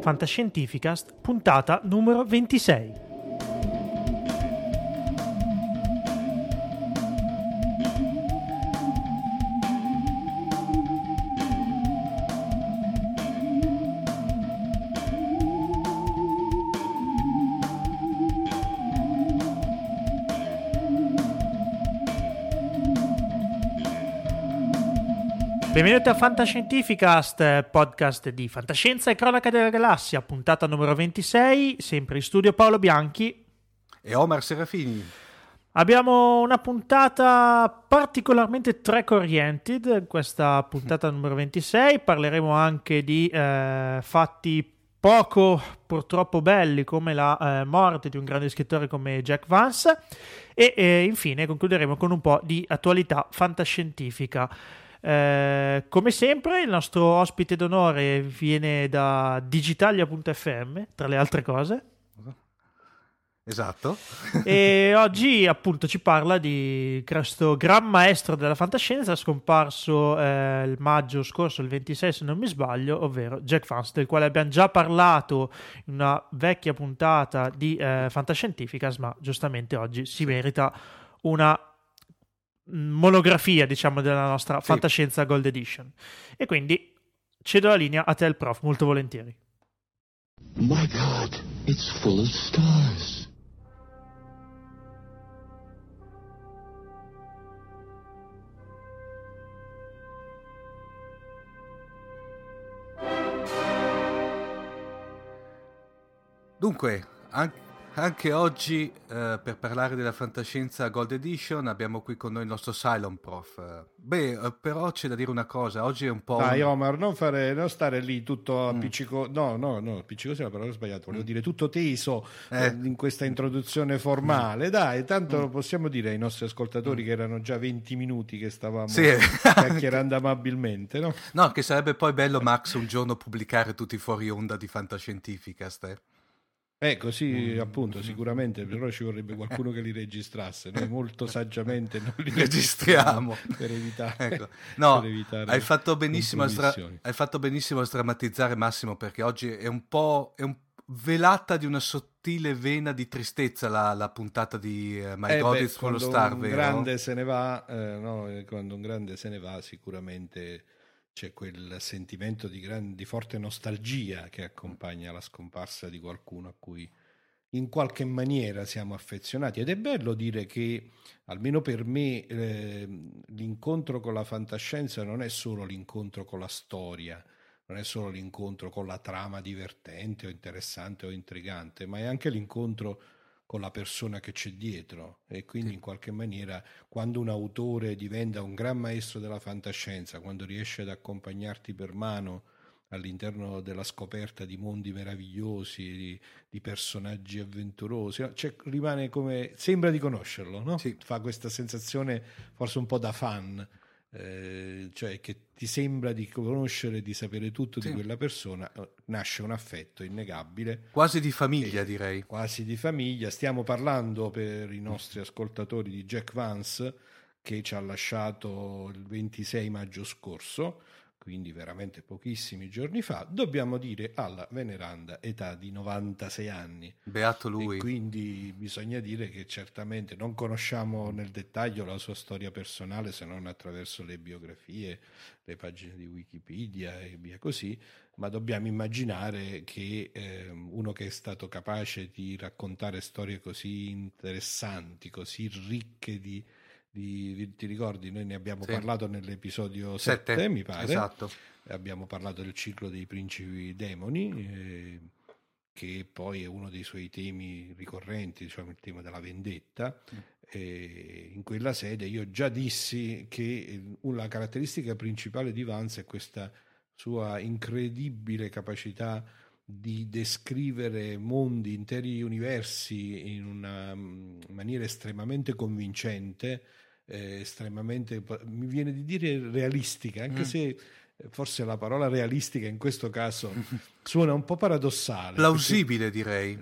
Fantascientificast, puntata numero 26. Benvenuti a Fantascientificast, podcast di fantascienza e cronaca della galassia, puntata numero 26, sempre in studio Paolo Bianchi e Omar Serafini. Abbiamo una puntata particolarmente track-oriented, questa puntata numero 26, parleremo anche di fatti poco purtroppo belli come la morte di un grande scrittore come Jack Vance e infine concluderemo con un po' di attualità fantascientifica. Come sempre il nostro ospite d'onore viene da Digitalia.fm, tra le altre cose. Esatto. E oggi appunto ci parla di questo gran maestro della fantascienza scomparso il maggio scorso, il 26 se non mi sbaglio, ovvero Jack Vance, del quale abbiamo già parlato in una vecchia puntata di Fantascientificas, ma giustamente oggi si merita una monografia, diciamo, della nostra fantascienza Gold Edition. E quindi cedo la linea a te, il prof, molto volentieri. My God, it's full of stars. Dunque, anche oggi per parlare della fantascienza Gold Edition abbiamo qui con noi il nostro Cylon Prof. Però c'è da dire una cosa, oggi è un po'... Dai Omar, non stare lì tutto appiccico... No, appiccicoso è la parola sbagliata, volevo dire tutto teso in questa introduzione formale. Dai, tanto lo possiamo dire ai nostri ascoltatori che erano già 20 minuti che stavamo chiacchierando amabilmente, no? No, che sarebbe poi bello, Max, un giorno pubblicare tutti i fuori onda di Fantascientificast, Così appunto, sicuramente, però ci vorrebbe qualcuno che li registrasse. Noi molto saggiamente non li registriamo per evitare. Ecco. No, per evitare hai fatto benissimo a sdrammatizzare, Massimo, perché oggi è un velata di una sottile vena di tristezza la puntata di My God It's Full of Stars. Quando un grande se ne va, quando un grande se ne va, sicuramente c'è quel sentimento di forte nostalgia che accompagna la scomparsa di qualcuno a cui in qualche maniera siamo affezionati, ed è bello dire che, almeno per me, l'incontro con la fantascienza non è solo l'incontro con la storia, non è solo l'incontro con la trama divertente o interessante o intrigante, ma è anche l'incontro con la persona che c'è dietro. E quindi in qualche maniera, quando un autore diventa un gran maestro della fantascienza, quando riesce ad accompagnarti per mano all'interno della scoperta di mondi meravigliosi, di personaggi avventurosi, no? Rimane come, sembra di conoscerlo, no? Fa questa sensazione forse un po' da fan, cioè che ti sembra di conoscere, di sapere tutto di quella persona. Nasce un affetto innegabile, quasi di famiglia, direi. Quasi di famiglia. Stiamo parlando, per i nostri ascoltatori, di Jack Vance, che ci ha lasciato il 26 maggio scorso, quindi veramente pochissimi giorni fa, dobbiamo dire alla veneranda età di 96 anni. Beato lui. E quindi bisogna dire che certamente non conosciamo nel dettaglio la sua storia personale, se non attraverso le biografie, le pagine di Wikipedia e via così, ma dobbiamo immaginare che uno che è stato capace di raccontare storie così interessanti, così ricche ti ricordi, noi ne abbiamo parlato nell'episodio 7, mi pare. Esatto. Abbiamo parlato del ciclo dei principi demoni, che poi è uno dei suoi temi ricorrenti, diciamo il tema della vendetta. In quella sede io già dissi che la caratteristica principale di Vance è questa sua incredibile capacità di descrivere mondi, interi universi in una maniera estremamente convincente, estremamente, mi viene di dire realistica, anche se forse la parola realistica in questo caso suona un po' paradossale. Plausibile, direi.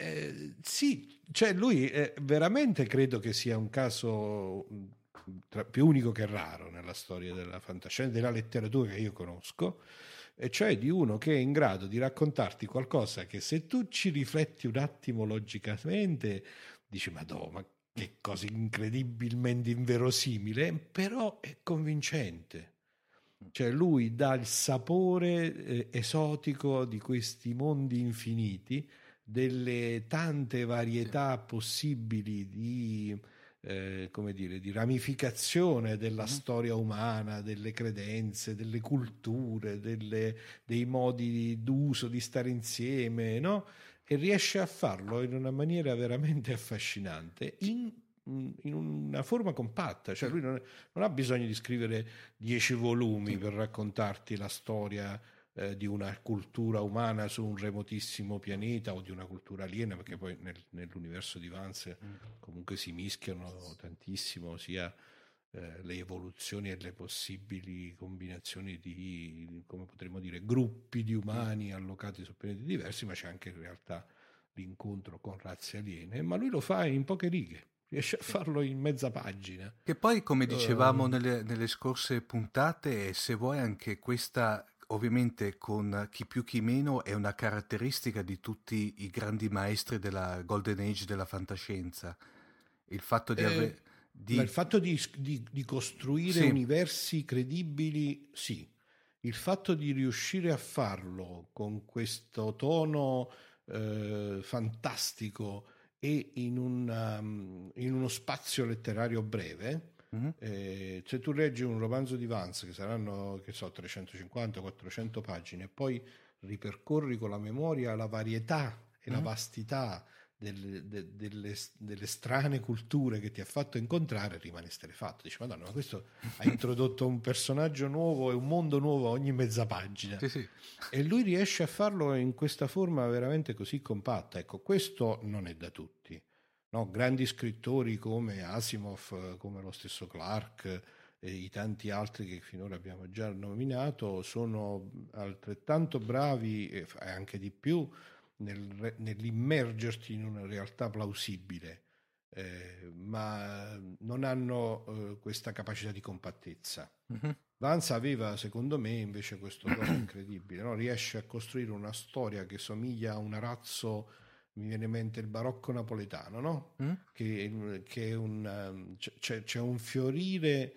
Sì, cioè lui veramente credo che sia un caso più unico che raro nella storia della fantascienza, della letteratura che io conosco, e cioè di uno che è in grado di raccontarti qualcosa che, se tu ci rifletti un attimo logicamente, dici ma che cosa incredibilmente inverosimile, però è convincente. Cioè lui dà il sapore esotico di questi mondi infiniti, delle tante varietà possibili di come dire, di ramificazione della storia umana, delle credenze, delle culture, dei modi d'uso, di stare insieme, no? E riesce a farlo in una maniera veramente affascinante, in una forma compatta. Cioè lui non ha bisogno di scrivere 10 volumi per raccontarti la storia di una cultura umana su un remotissimo pianeta, o di una cultura aliena, perché poi nell'universo di Vance comunque si mischiano tantissimo sia le evoluzioni e le possibili combinazioni di, come potremmo dire, gruppi di umani allocati su pianeti diversi, ma c'è anche in realtà l'incontro con razze aliene, ma lui lo fa in poche righe. Riesce a farlo in mezza pagina. Che poi, come dicevamo nelle scorse puntate, se vuoi anche questa, ovviamente con chi più chi meno, è una caratteristica di tutti i grandi maestri della Golden Age della fantascienza. Il fatto di avere... Ma il fatto di costruire universi credibili, sì. Il fatto di riuscire a farlo con questo tono fantastico e in uno spazio letterario breve, se tu leggi un romanzo di Vance che saranno, che so, 350-400 pagine, e poi ripercorri con la memoria la varietà e la vastità delle strane culture che ti ha fatto incontrare, rimane esterrefatto. Dici, Madonna, ma questo ha introdotto un personaggio nuovo e un mondo nuovo ogni mezza pagina. Sì. E lui riesce a farlo in questa forma veramente così compatta. Ecco, questo non è da tutti, no? Grandi scrittori come Asimov, come lo stesso Clarke e i tanti altri che finora abbiamo già nominato sono altrettanto bravi e anche di più nell'immergerti in una realtà plausibile, ma non hanno questa capacità di compattezza. Vance aveva, secondo me, invece questo dono incredibile, no? Riesce a costruire una storia che somiglia a un arazzo, mi viene in mente il barocco napoletano, no? Che è c'è un fiorire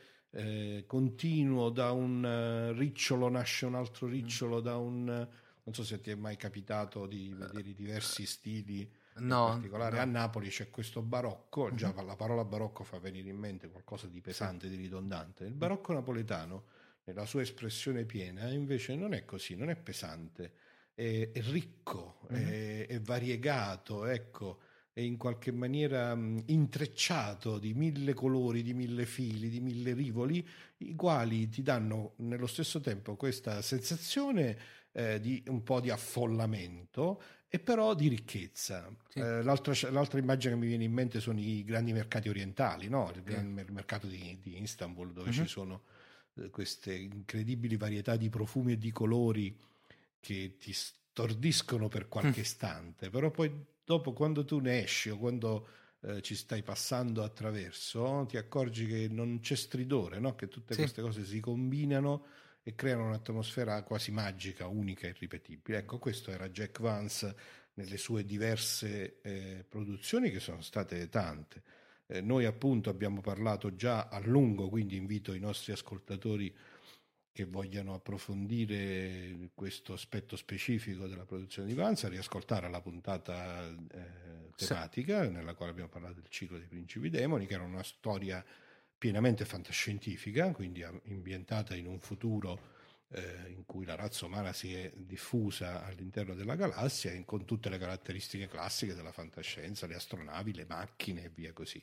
continuo, da un ricciolo nasce un altro ricciolo, non so se ti è mai capitato di vedere i diversi stili, in particolare a Napoli c'è questo barocco, già la parola barocco fa venire in mente qualcosa di pesante, di ridondante. Il barocco napoletano, nella sua espressione piena, invece non è così, non è pesante, è ricco, è variegato, ecco, è in qualche maniera intrecciato di 1000 colori, di 1000 fili, di 1000 rivoli, i quali ti danno nello stesso tempo questa sensazione di un po' di affollamento e però di ricchezza. Sì. L'altra immagine che mi viene in mente sono i grandi mercati orientali, no? Il mercato di Istanbul, dove ci sono queste incredibili varietà di profumi e di colori che ti stordiscono per qualche istante, però poi dopo, quando tu ne esci o quando ci stai passando attraverso, ti accorgi che non c'è stridore, no? Che tutte queste cose si combinano e creano un'atmosfera quasi magica, unica e irripetibile. Ecco, questo era Jack Vance nelle sue diverse produzioni, che sono state tante. Noi appunto abbiamo parlato già a lungo, quindi invito i nostri ascoltatori che vogliano approfondire questo aspetto specifico della produzione di Vance a riascoltare la puntata tematica nella quale abbiamo parlato del ciclo dei Principi Demoni, che era una storia pienamente fantascientifica, quindi ambientata in un futuro in cui la razza umana si è diffusa all'interno della galassia, con tutte le caratteristiche classiche della fantascienza, le astronavi, le macchine e via così.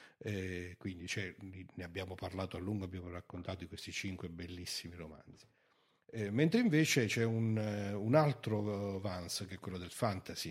Quindi ne abbiamo parlato a lungo, abbiamo raccontato di questi 5 bellissimi romanzi. Mentre invece c'è un altro Vance, che è quello del fantasy.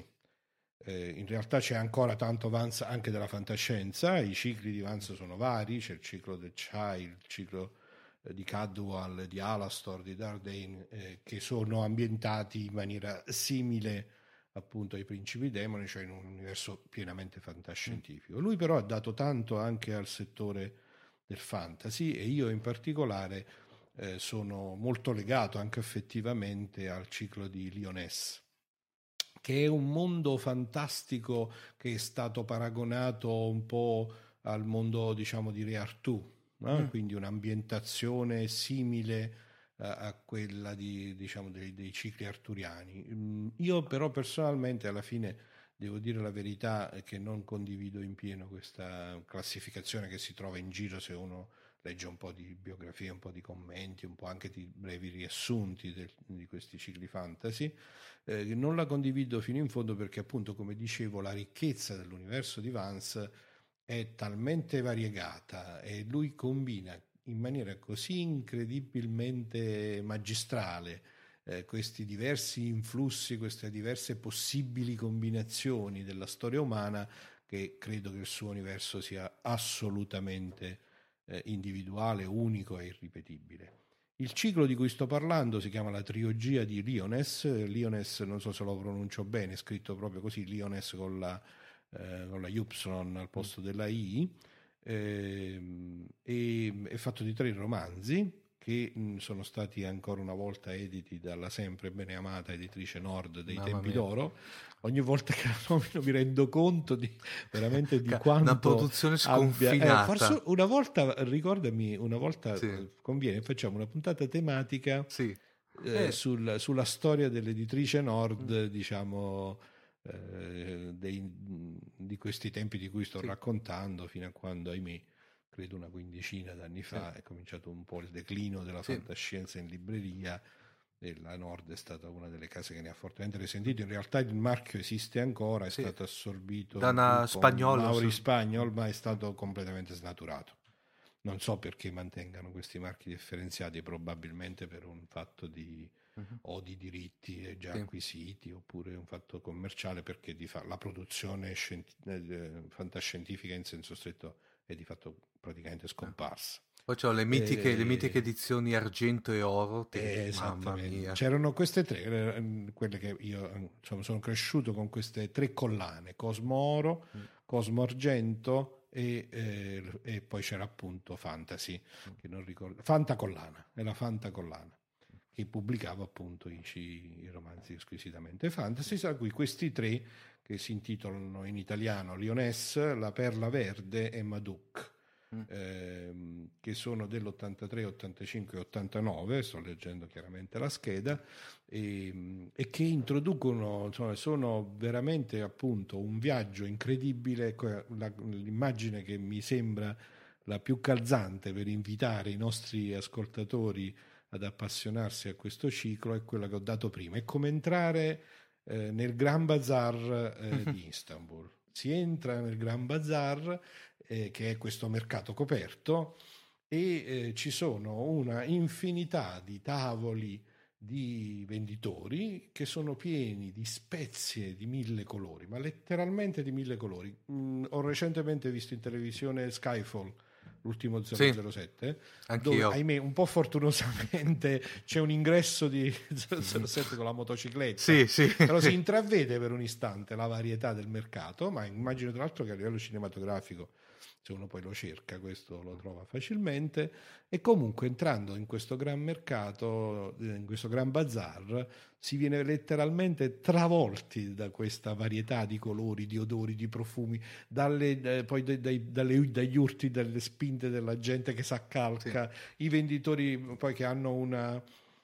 In realtà c'è ancora tanto Vance anche della fantascienza, i cicli di Vance sono vari, c'è il ciclo del Chai, il ciclo di Cadwal, di Alastor, di Dardane, che sono ambientati in maniera simile appunto ai Principi Demoni, cioè in un universo pienamente fantascientifico. Lui però ha dato tanto anche al settore del fantasy, e io in particolare sono molto legato anche effettivamente al ciclo di Lyonès, che è un mondo fantastico che è stato paragonato un po' al mondo, diciamo, di Re Artù, no? Quindi un'ambientazione simile a quella diciamo, dei cicli arturiani. Io però personalmente alla fine devo dire la verità che non condivido in pieno questa classificazione che si trova in giro se uno legge un po' di biografie, un po' di commenti, un po' anche di brevi riassunti di questi cicli fantasy. Non la condivido fino in fondo perché appunto, come dicevo, la ricchezza dell'universo di Vance è talmente variegata e lui combina in maniera così incredibilmente magistrale questi diversi influssi, queste diverse possibili combinazioni della storia umana, che credo che il suo universo sia assolutamente individuale, unico e irripetibile. Il ciclo di cui sto parlando si chiama la trilogia di Lyonès. Lyonès, non so se lo pronuncio bene, è scritto proprio così, Lyonès con la Y al posto della I, è fatto di 3 romanzi che sono stati ancora una volta editi dalla sempre bene amata editrice Nord dei tempi d'oro. Ogni volta che la nomino mi rendo conto veramente di quanto una produzione sconfinata. Forse una volta, ricordami, sì. conviene, facciamo una puntata tematica sì. sulla storia dell'editrice Nord, diciamo, di questi tempi di cui sto raccontando, fino a quando, ahimè, credo una quindicina d'anni fa è cominciato un po' il declino della fantascienza in libreria, e la Nord è stata una delle case che ne ha fortemente risentito. In realtà il marchio esiste ancora, è stato assorbito da una Spagnolo, Mauri Spagnol, ma è stato completamente snaturato. Non so perché mantengano questi marchi differenziati, probabilmente per un fatto di o di diritti già acquisiti, oppure un fatto commerciale, perché la produzione fantascientifica in senso stretto è di fatto praticamente scomparsa. Poi c'ho le mitiche edizioni argento e oro. Mamma mia. C'erano queste 3, quelle che io insomma sono cresciuto con queste 3 collane: Cosmo Oro, Cosmo Argento e poi c'era appunto Fantasy, che non ricordo, Fantacollana, è la Fantacollana, che pubblicava appunto i romanzi squisitamente fantasy, tra cui questi 3 che si intitolano in italiano Lyonès, La Perla Verde e Madoc, che sono dell'83, 85 e 89, sto leggendo chiaramente la scheda, e che introducono, insomma, sono veramente appunto un viaggio incredibile. L'immagine che mi sembra la più calzante per invitare i nostri ascoltatori ad appassionarsi a questo ciclo è quella che ho dato prima: è come entrare nel Gran Bazar di Istanbul. Si entra nel Gran Bazar, che è questo mercato coperto, e ci sono una infinità di tavoli di venditori che sono pieni di spezie di 1000 colori, ma letteralmente di 1000 colori. Ho recentemente visto in televisione Skyfall, l'ultimo 007, dove, ahimè, un po' fortunosamente c'è un ingresso di 007 con la motocicletta, però si intravede per un istante la varietà del mercato, ma immagino tra l'altro che a livello cinematografico, se uno poi lo cerca, questo lo trova facilmente. E comunque, entrando in questo gran mercato, in questo gran bazar, si viene letteralmente travolti da questa varietà di colori, di odori, di profumi, poi dagli urti, dalle spinte della gente che s'accalca, i venditori poi che hanno un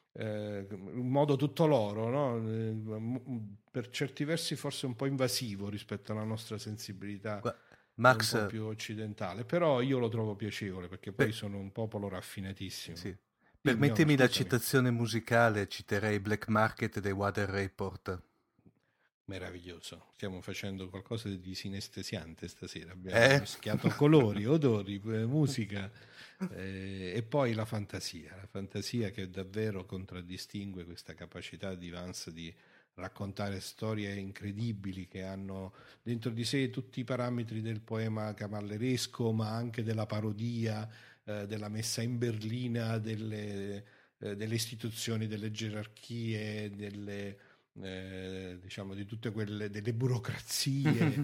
modo tutto loro, no? Per certi versi forse un po' invasivo rispetto alla nostra sensibilità, Max, un po' più occidentale, però io lo trovo piacevole perché poi sono un popolo raffinatissimo. Permettimi la citazione musicale, citerei Black Market dei Weather Report. Meraviglioso, stiamo facendo qualcosa di sinestesiante stasera, abbiamo mischiato colori, odori, musica, e poi la fantasia che davvero contraddistingue questa capacità di Vance di raccontare storie incredibili che hanno dentro di sé tutti i parametri del poema cavalleresco, ma anche della parodia, della messa in berlina delle istituzioni, delle gerarchie, diciamo di tutte quelle, delle burocrazie.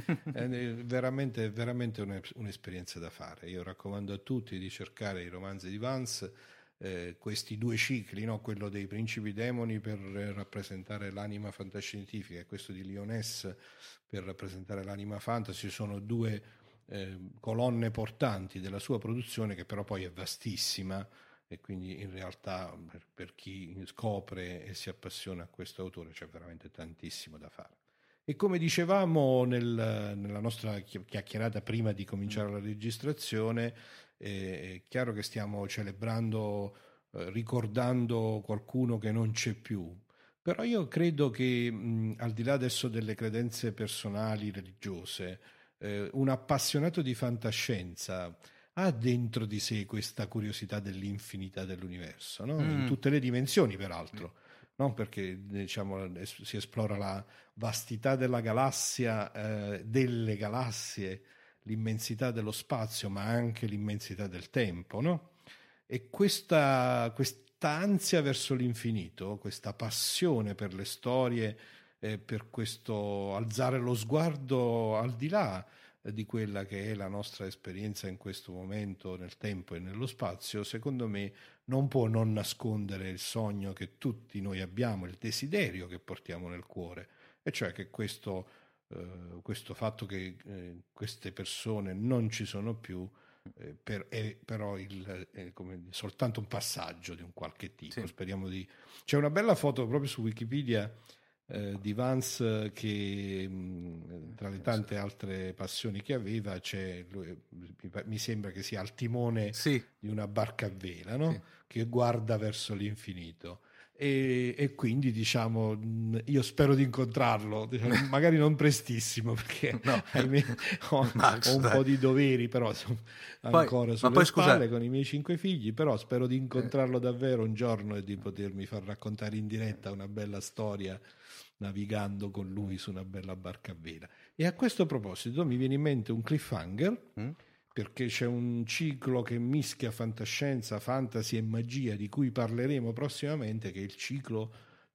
Veramente un'esperienza da fare. Io raccomando a tutti di cercare i romanzi di Vance, questi due cicli, no? Quello dei Principi Demoni per rappresentare l'anima fantascientifica e questo di Lyonesse per rappresentare l'anima fantasy, sono due colonne portanti della sua produzione, che però poi è vastissima, e quindi in realtà per chi scopre e si appassiona a questo autore c'è veramente tantissimo da fare. E come dicevamo nella nostra chiacchierata prima di cominciare la registrazione, è chiaro che stiamo celebrando, ricordando qualcuno che non c'è più, però io credo che al di là adesso delle credenze personali, religiose, un appassionato di fantascienza ha dentro di sé questa curiosità dell'infinità dell'universo, no? In tutte le dimensioni peraltro, no? Perché diciamo si esplora la vastità della galassia, delle galassie, l'immensità dello spazio, ma anche l'immensità del tempo, no? E questa ansia verso l'infinito, questa passione per le storie, per questo alzare lo sguardo al di là di quella che è la nostra esperienza in questo momento nel tempo e nello spazio, secondo me non può non nascondere il sogno che tutti noi abbiamo, il desiderio che portiamo nel cuore, e cioè che questo fatto che queste persone non ci sono più è però soltanto un passaggio di un qualche tipo. Sì. Speriamo di... C'è una bella foto proprio su Wikipedia di Vance che tra le tante altre passioni che aveva c'è mi sembra che sia al timone di una barca a vela, no? Che guarda verso l'infinito. E quindi diciamo io spero di incontrarlo, diciamo, magari non prestissimo perché ahimè, ho un po' di doveri, però ancora sulle spalle con i miei 5 figli, però spero di incontrarlo davvero un giorno e di potermi far raccontare in diretta una bella storia navigando con lui su una bella barca a vela. E a questo proposito mi viene in mente un cliffhanger, perché c'è un ciclo che mischia fantascienza, fantasy e magia di cui parleremo prossimamente, che è il ciclo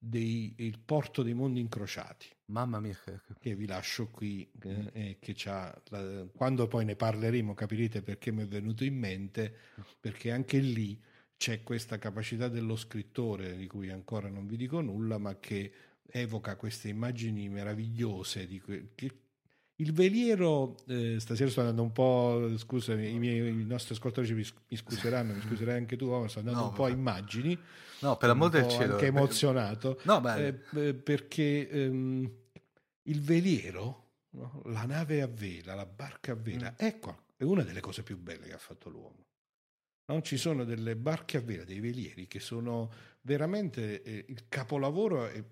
il porto dei mondi incrociati. Mamma mia, che vi lascio qui, che quando poi ne parleremo capirete perché mi è venuto in mente, perché anche lì c'è questa capacità dello scrittore di cui ancora non vi dico nulla, ma che evoca queste immagini meravigliose il veliero, stasera sto andando un po', scusa, i nostri ascoltatori mi scuseranno, mi scuserai anche tu, sto andando un po' a immagini, per l'amor del cielo, anche emozionato, perché il veliero, no? La nave a vela, la barca a vela, è una delle cose più belle che ha fatto l'uomo. No? Ci sono delle barche a vela, dei velieri che sono veramente il capolavoro e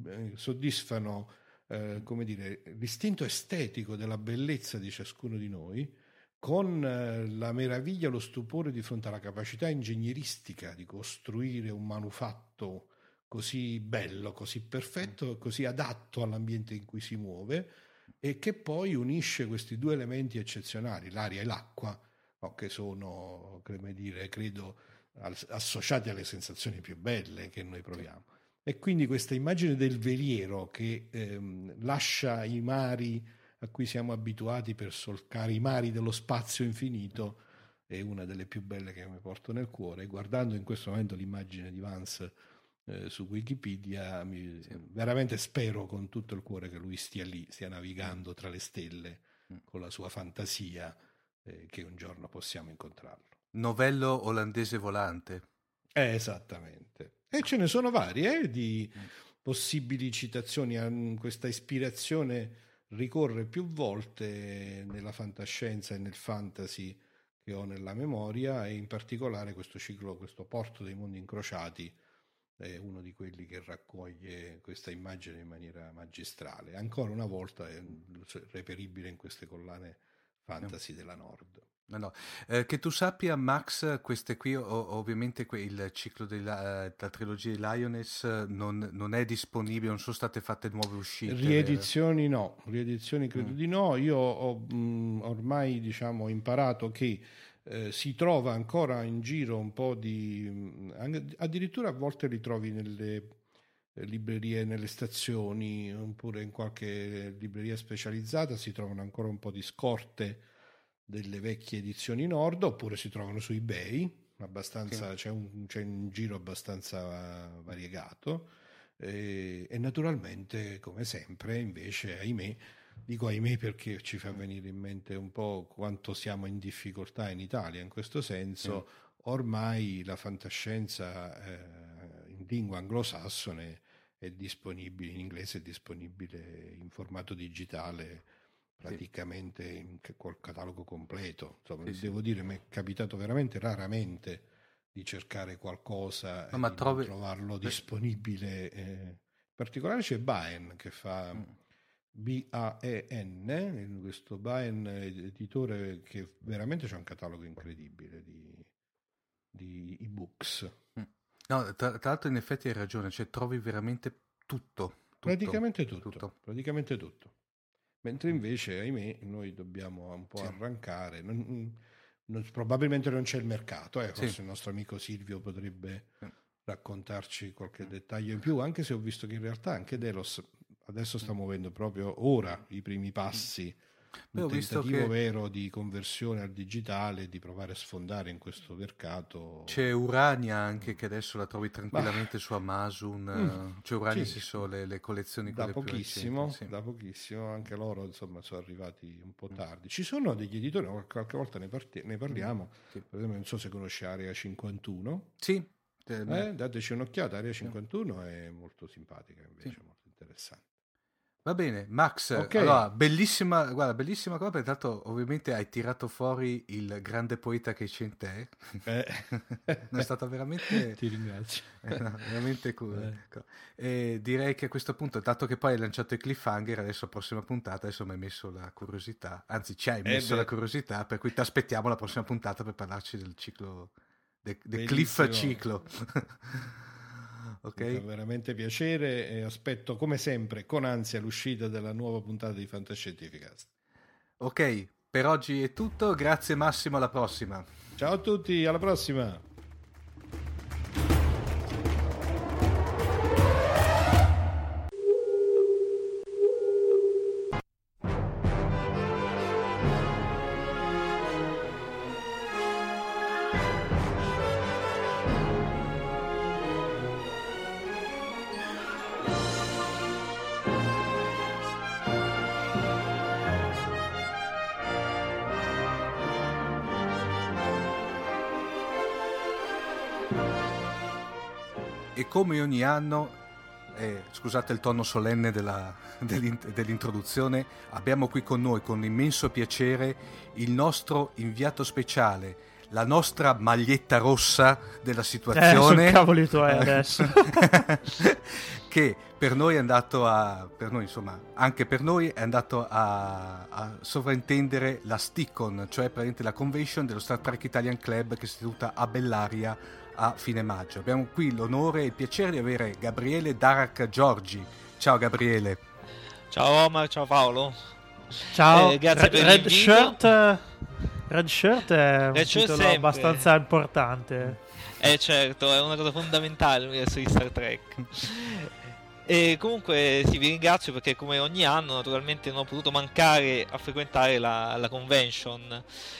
soddisfano come dire, l'istinto estetico della bellezza di ciascuno di noi, con la meraviglia, lo stupore di fronte alla capacità ingegneristica di costruire un manufatto così bello, così perfetto, così adatto all'ambiente in cui si muove, e che poi unisce questi due elementi eccezionali, l'aria e l'acqua, che sono, come dire, credo associati alle sensazioni più belle che noi proviamo. E quindi questa immagine del veliero che lascia i mari a cui siamo abituati per solcare i mari dello spazio infinito è una delle più belle che mi porto nel cuore. E guardando in questo momento l'immagine di Vance su Wikipedia, veramente spero con tutto il cuore che lui stia lì, stia navigando tra le stelle con la sua fantasia, che un giorno possiamo incontrarlo. Novello olandese volante. Esattamente. E ce ne sono varie di possibili citazioni. Questa ispirazione ricorre più volte nella fantascienza e nel fantasy che ho nella memoria, e in particolare questo ciclo, questo porto dei mondi incrociati, è uno di quelli che raccoglie questa immagine in maniera magistrale. Ancora una volta è reperibile in queste collane fantasy della Nord. No. Che tu sappia, Max, queste qui ovviamente il ciclo della trilogia di Lyonesse non è disponibile, non sono state fatte nuove uscite. Riedizioni no, riedizioni credo di no. Io ho ormai diciamo imparato che si trova ancora in giro un po' addirittura a volte li trovi nelle librerie, nelle stazioni, oppure in qualche libreria specializzata si trovano ancora un po' di scorte delle vecchie edizioni Nord, oppure si trovano su eBay, abbastanza, c'è un giro abbastanza variegato e naturalmente, come sempre, invece, ahimè, dico ahimè perché ci fa venire in mente un po' quanto siamo in difficoltà in Italia in questo senso. Ormai la fantascienza in lingua anglosassone è disponibile, in inglese è disponibile in formato digitale praticamente col catalogo completo. Insomma, devo dire, mi è capitato veramente raramente di cercare qualcosa e di non trovarlo disponibile. In particolare c'è Baen che fa BAEN, questo Baen editore che veramente c'è un catalogo incredibile di ebooks. No, tra l'altro in effetti hai ragione, cioè trovi veramente tutto. Praticamente tutto. Mentre invece, ahimè, noi dobbiamo un po' arrancare. Probabilmente non c'è il mercato, forse il nostro amico Silvio potrebbe raccontarci qualche dettaglio in più, anche se ho visto che in realtà anche Delos adesso sta muovendo proprio ora i primi passi, un tentativo vero di conversione al digitale, di provare a sfondare in questo mercato. C'è Urania anche, che adesso la trovi tranquillamente su Amazon. C'è Urania, le collezioni da pochissimo, da pochissimo, anche loro insomma sono arrivati un po' tardi. Ci sono degli editori, qualche volta ne parliamo, per esempio non so se conosci Area 51. Dateci un'occhiata, Area 51 è molto simpatica invece, molto interessante. Va bene, Max, allora, bellissima cosa, perché tanto ovviamente hai tirato fuori il grande poeta che c'è in te. È stato veramente... Ti ringrazio. Veramente cool. E direi che a questo punto, dato che poi hai lanciato il cliffhanger, adesso la prossima puntata, adesso mi hai messo la curiosità, anzi ci hai messo la curiosità, per cui ti aspettiamo la prossima puntata per parlarci del ciclo, del cliff ciclo. Mi fa veramente piacere e aspetto come sempre con ansia l'uscita della nuova puntata di Fantascientificast. Ok, per oggi è tutto, grazie Massimo, alla prossima. Ciao a tutti, alla prossima. E come ogni anno, scusate il tono solenne dell'introduzione, abbiamo qui con noi con immenso piacere il nostro inviato speciale, la nostra maglietta rossa della situazione. Cavoli tuoi adesso. Che per noi è andato anche per noi è andato a sovrintendere la Stickon, cioè praticamente la convention dello Star Trek Italian Club che si è tenuta a Bellaria a fine maggio. Abbiamo qui l'onore e il piacere di avere Gabriele Darak Giorgi. Ciao Gabriele. Ciao Omar, ciao Paolo. Ciao. Grazie per l'invito. Red Shirt è un titolo sempre abbastanza importante. Certo, è una cosa fondamentale nell'universo di Star Trek. E comunque vi ringrazio perché come ogni anno naturalmente non ho potuto mancare a frequentare la convention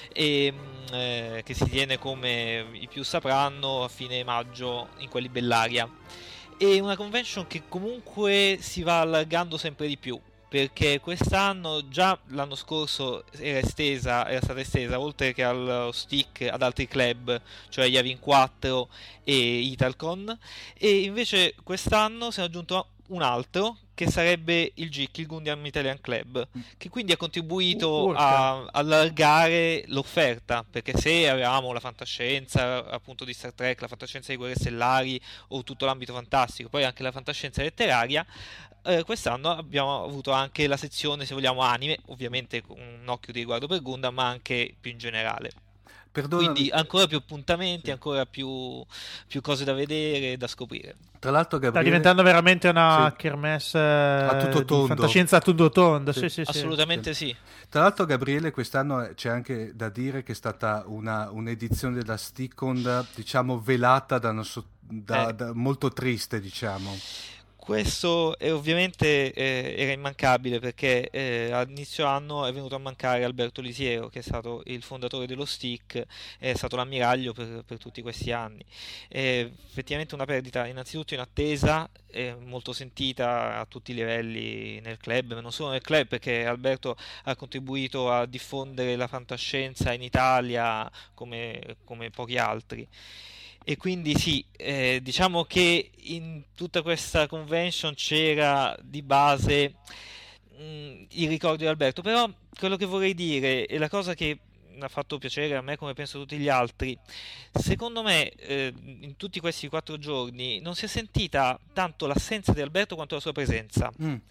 che si tiene, come i più sapranno, a fine maggio in quelli Bellaria. È una convention che comunque si va allargando sempre di più, perché quest'anno, già l'anno scorso era stata estesa oltre che allo Stick ad altri club, cioè Yavin 4 e Italcon, e invece quest'anno si è aggiunto un altro che sarebbe il GIC, il Gundam Italian Club, che quindi ha contribuito a allargare l'offerta, perché se avevamo la fantascienza appunto di Star Trek, la fantascienza di Guerre Stellari o tutto l'ambito fantastico, poi anche la fantascienza letteraria, quest'anno abbiamo avuto anche la sezione, se vogliamo, anime, ovviamente con un occhio di riguardo per Gundam, ma anche più in generale. Quindi ancora più appuntamenti, ancora più cose da vedere, da scoprire. Tra l'altro Gabriele, sta diventando veramente una kermesse a tutto tondo, fantascienza a tutto tondo. Sì. Assolutamente sì. Tra l'altro Gabriele, quest'anno c'è anche da dire che è stata un'edizione della Stickon, diciamo, velata da molto triste, diciamo. Questo ovviamente era immancabile perché all'inizio anno è venuto a mancare Alberto Lisiero, che è stato il fondatore dello Stick, è stato l'ammiraglio per tutti questi anni. È effettivamente una perdita innanzitutto inattesa, molto sentita a tutti i livelli nel club, ma non solo nel club, perché Alberto ha contribuito a diffondere la fantascienza in Italia come pochi altri. E quindi sì, diciamo che in tutta questa convention c'era di base il ricordo di Alberto, però quello che vorrei dire, e la cosa che mi ha fatto piacere a me come penso a tutti gli altri, secondo me in tutti questi 4 giorni non si è sentita tanto l'assenza di Alberto quanto la sua presenza.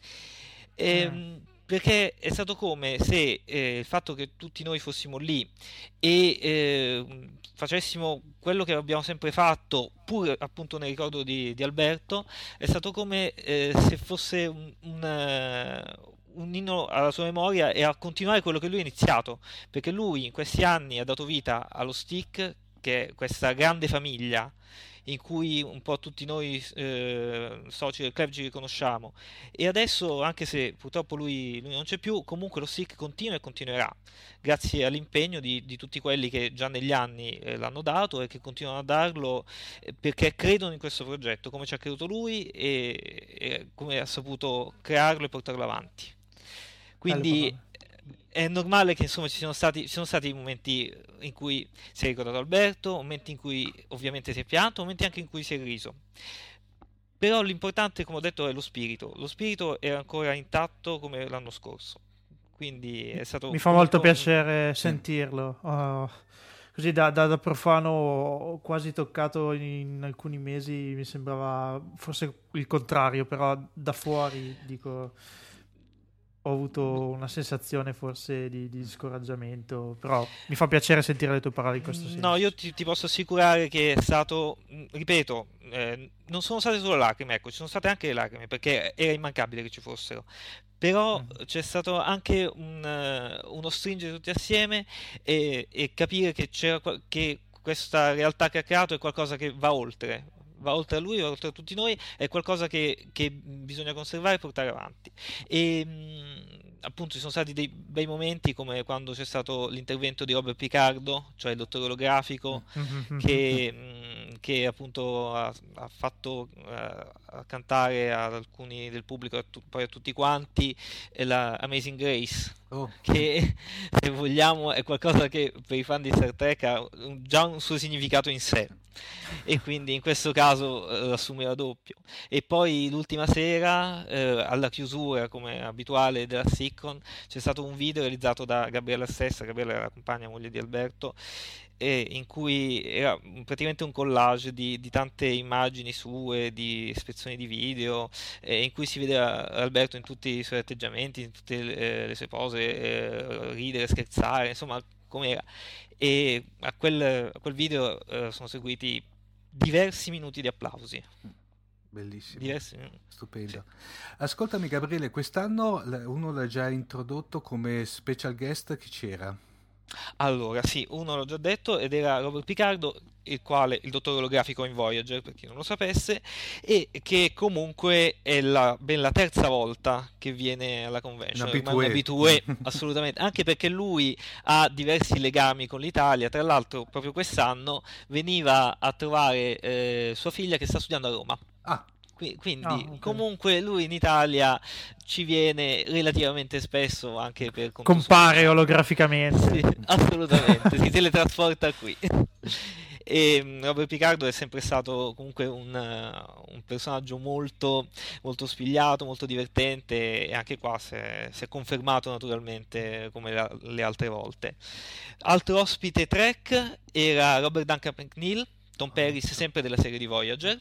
Perché è stato come se il fatto che tutti noi fossimo lì e facessimo quello che abbiamo sempre fatto, pur appunto nel ricordo di Alberto, è stato come se fosse un inno alla sua memoria e a continuare quello che lui ha iniziato, perché lui in questi anni ha dato vita allo Stick, che è questa grande famiglia in cui un po' tutti noi soci del club ci riconosciamo, e adesso, anche se purtroppo lui non c'è più, comunque lo Stick continua e continuerà grazie all'impegno di tutti quelli che già negli anni l'hanno dato e che continuano a darlo, perché credono in questo progetto come ci ha creduto lui e come ha saputo crearlo e portarlo avanti. Quindi è normale che insomma ci sono stati momenti in cui si è ricordato Alberto, momenti in cui ovviamente si è pianto, momenti anche in cui si è riso. Però l'importante, come ho detto, è lo spirito. Lo spirito è ancora intatto come l'anno scorso. Quindi è stato Mi fa molto piacere sentirlo. Così da profano ho quasi toccato in alcuni mesi, mi sembrava forse il contrario, però da fuori dico ho avuto una sensazione forse di scoraggiamento, però mi fa piacere sentire le tue parole in questo senso. No, io ti posso assicurare che è stato, ripeto, non sono state solo lacrime, ecco, ci sono state anche le lacrime, perché era immancabile che ci fossero. Però c'è stato anche uno stringere tutti assieme e capire che questa realtà che ha creato è qualcosa che va oltre a lui, va oltre a tutti noi, è qualcosa che bisogna conservare e portare avanti. E appunto ci sono stati dei bei momenti, come quando c'è stato l'intervento di Robert Picardo, cioè il dottore olografico, che appunto ha fatto cantare ad alcuni del pubblico, poi a tutti quanti, la Amazing Grace. Che se vogliamo è qualcosa che per i fan di Star Trek ha già un suo significato in sé, e quindi in questo caso assumeva doppio. E poi l'ultima sera, alla chiusura come abituale della Siccon, c'è stato un video realizzato da Gabriella stessa. Gabriella era la compagna, moglie di Alberto, in cui era praticamente un collage di tante immagini sue, di spezzoni di video, in cui si vedeva Alberto in tutti i suoi atteggiamenti, in tutte le sue pose, ridere, scherzare, insomma com'era. E a quel video sono seguiti diversi minuti di applausi. Bellissimo, stupendo. Sì. Ascoltami Gabriele, quest'anno uno l'ha già introdotto come special guest, chi c'era? Allora, sì, uno l'ho già detto, ed era Robert Picardo, il dottore olografico in Voyager, per chi non lo sapesse, e che comunque è ben la terza volta che viene alla convention. Un abitué, assolutamente, anche perché lui ha diversi legami con l'Italia. Tra l'altro, proprio quest'anno veniva a trovare sua figlia che sta studiando a Roma. Quindi okay. Comunque lui in Italia ci viene relativamente spesso, anche per compare olograficamente. Sì, assolutamente, si teletrasporta qui. E Robert Picardo è sempre stato comunque un personaggio molto, molto spigliato, molto divertente, e anche qua si è confermato naturalmente come le altre volte. Altro ospite Trek era Robert Duncan McNeill, Tom Paris, sempre della serie di Voyager.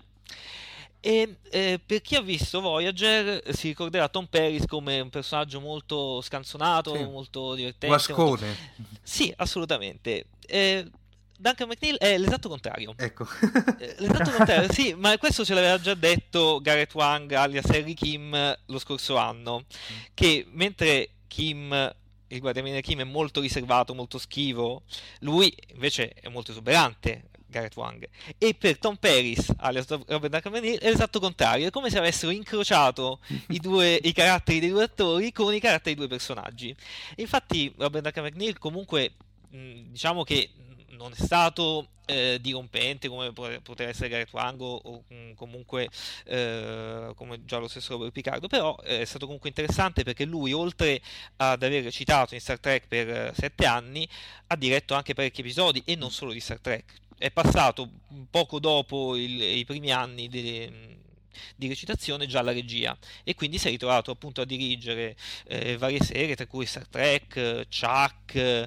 E per chi ha visto Voyager si ricorderà Tom Paris come un personaggio molto scanzonato, sì, molto divertente. Guascone. Sì, assolutamente. Duncan McNeill è l'esatto contrario. Ecco. L'esatto contrario, sì, ma questo ce l'aveva già detto Gareth Wang alias Harry Kim lo scorso anno, che mentre il guardiamine Kim è molto riservato, molto schivo, lui invece è molto esuberante, Gareth Wang, e per Tom Paris alias Robert Duncan McNeil è l'esatto contrario, è come se avessero incrociato i caratteri dei due attori con i caratteri dei due personaggi. Infatti Robert Duncan McNeil comunque diciamo che non è stato dirompente come poteva essere Gareth Wang o comunque come già lo stesso Robert Picardo, però è stato comunque interessante perché lui, oltre ad aver recitato in Star Trek per 7 anni, ha diretto anche parecchi episodi e non solo di Star Trek. È passato poco dopo i primi anni di recitazione già alla regia, e quindi si è ritrovato appunto a dirigere varie serie, tra cui Star Trek, Chuck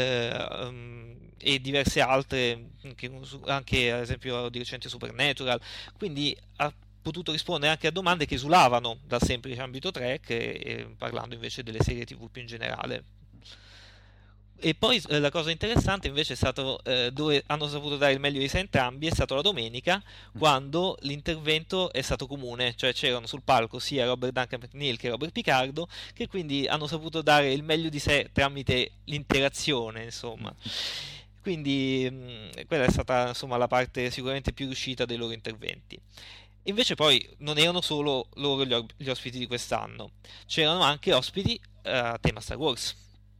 e diverse altre, anche ad esempio di recente Supernatural, quindi ha potuto rispondere anche a domande che esulavano dal semplice ambito Trek, parlando invece delle serie TV più in generale. E poi la cosa interessante invece è stato dove hanno saputo dare il meglio di sé entrambi, è stato la domenica, quando l'intervento è stato comune, cioè c'erano sul palco sia Robert Duncan McNeil che Robert Picardo, che quindi hanno saputo dare il meglio di sé tramite l'interazione, insomma. Quindi quella è stata, insomma, la parte sicuramente più riuscita dei loro interventi. Invece poi non erano solo loro gli ospiti di quest'anno, c'erano anche ospiti a tema Star Wars.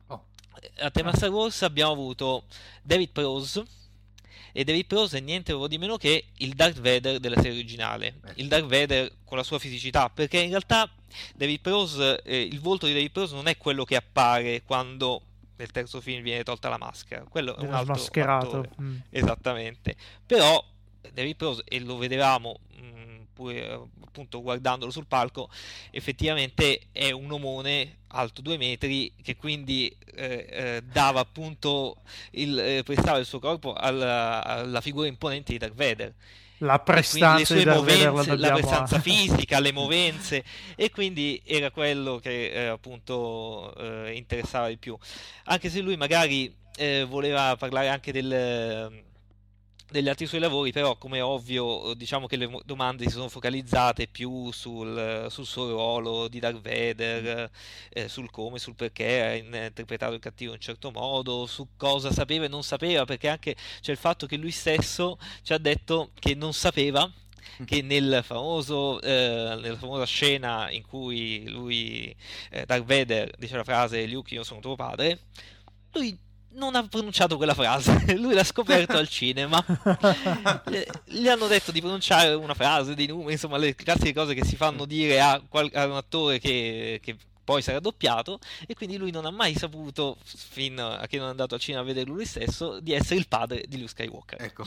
A tema Star Wars abbiamo avuto David Prowse, e David Prowse è niente di meno che il Darth Vader della serie originale, il Darth Vader con la sua fisicità, perché in realtà David Prowse, il volto di David Prowse non è quello che appare quando nel terzo film viene tolta la maschera, quello è un altro mascherato. Esattamente, però David Prowse, e lo vedevamo pure appunto guardandolo sul palco, effettivamente è un omone alto 2 metri, che quindi dava appunto prestava il suo corpo alla figura imponente di Darth Vader. La prestanza di Darth Vader la prestanza fisica, le movenze, e quindi era quello che appunto interessava di più, anche se lui magari voleva parlare anche degli altri suoi lavori, però come è ovvio diciamo che le domande si sono focalizzate più sul suo ruolo di Darth Vader, sul come, sul perché ha interpretato il cattivo in un certo modo, su cosa sapeva e non sapeva, perché anche c'è il fatto che lui stesso ci ha detto che non sapeva che nella famosa scena in cui lui Darth Vader dice la frase "Luke, io sono tuo padre", lui non ha pronunciato quella frase, lui l'ha scoperto al cinema. Gli hanno detto di pronunciare una frase, dei numeri, insomma le classiche cose che si fanno dire a un attore che poi sarà doppiato, e quindi lui non ha mai saputo, fino a che non è andato al cinema a vederlo lui stesso, di essere il padre di Luke Skywalker. Ecco.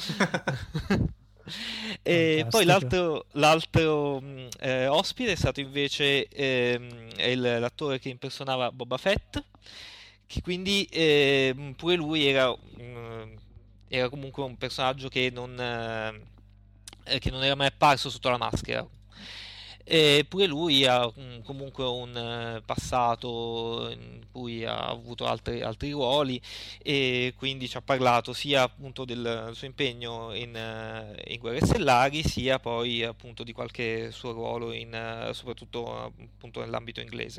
E poi l'altro ospite è stato invece l'attore che impersonava Boba Fett, che quindi pure lui era comunque un personaggio che non era mai apparso sotto la maschera. Pure lui ha comunque un passato in cui ha avuto altri ruoli, e quindi ci ha parlato sia appunto del suo impegno in Guerre Stellari, sia poi appunto di qualche suo ruolo soprattutto appunto nell'ambito inglese.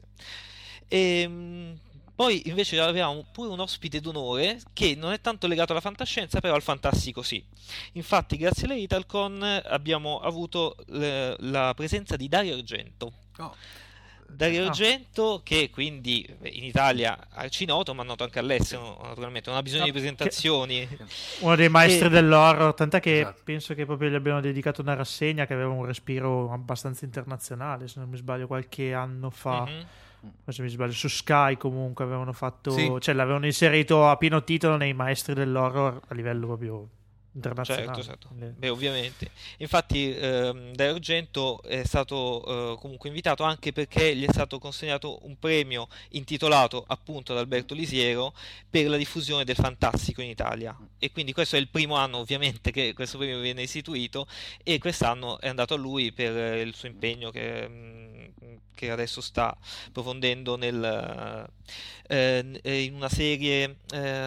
Poi invece avevamo pure un ospite d'onore che non è tanto legato alla fantascienza, però al fantastico sì. Infatti grazie alla Italcon abbiamo avuto la presenza di Dario Argento. Dario Argento, che quindi in Italia è arcinoto, ma noto anche all'estero, naturalmente non ha bisogno di presentazioni. Uno dei maestri dell'horror, tant'è che esatto, penso che proprio gli abbiano dedicato una rassegna che aveva un respiro abbastanza internazionale, se non mi sbaglio, qualche anno fa. Se mi sbaglio, su Sky comunque avevano fatto, cioè l'avevano inserito a pieno titolo nei maestri dell'horror a livello proprio internazionale. Certo. Beh, ovviamente. Infatti Dario Argento è stato comunque invitato anche perché gli è stato consegnato un premio intitolato appunto ad Alberto Lisiero per la diffusione del fantastico in Italia, e quindi questo è il primo anno ovviamente che questo premio viene istituito, e quest'anno è andato a lui per il suo impegno che adesso sta approfondendo in una serie,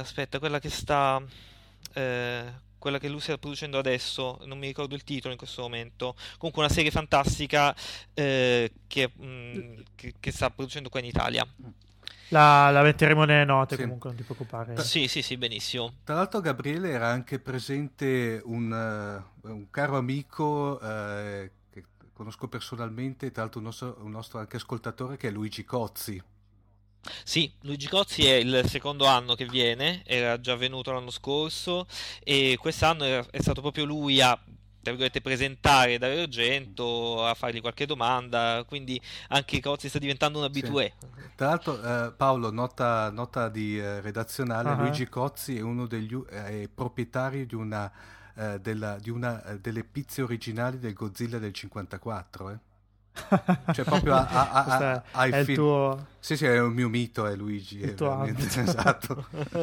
quella che lui sta producendo adesso, non mi ricordo il titolo in questo momento, comunque una serie fantastica che sta producendo qua in Italia. La metteremo nelle note, Sì. comunque, non ti preoccupare. Sì, benissimo. Tra l'altro, Gabriele, era anche presente un caro amico che conosco personalmente, tra l'altro un nostro anche ascoltatore, che è Luigi Cozzi. Sì, Luigi Cozzi è il secondo anno che viene, era già venuto l'anno scorso e quest'anno è stato proprio lui a, tra virgolette, presentare Dario Argento, a fargli qualche domanda, quindi anche Cozzi sta diventando un habitué. Tra l'altro, Paolo, nota di redazionale, Ah. Luigi Cozzi è uno è proprietario di una delle pizze originali del Godzilla del 54, Cioè proprio ai è il film. tuo... Sì, è un mio mito, è Luigi, Il è tuo veramente ambito. esatto.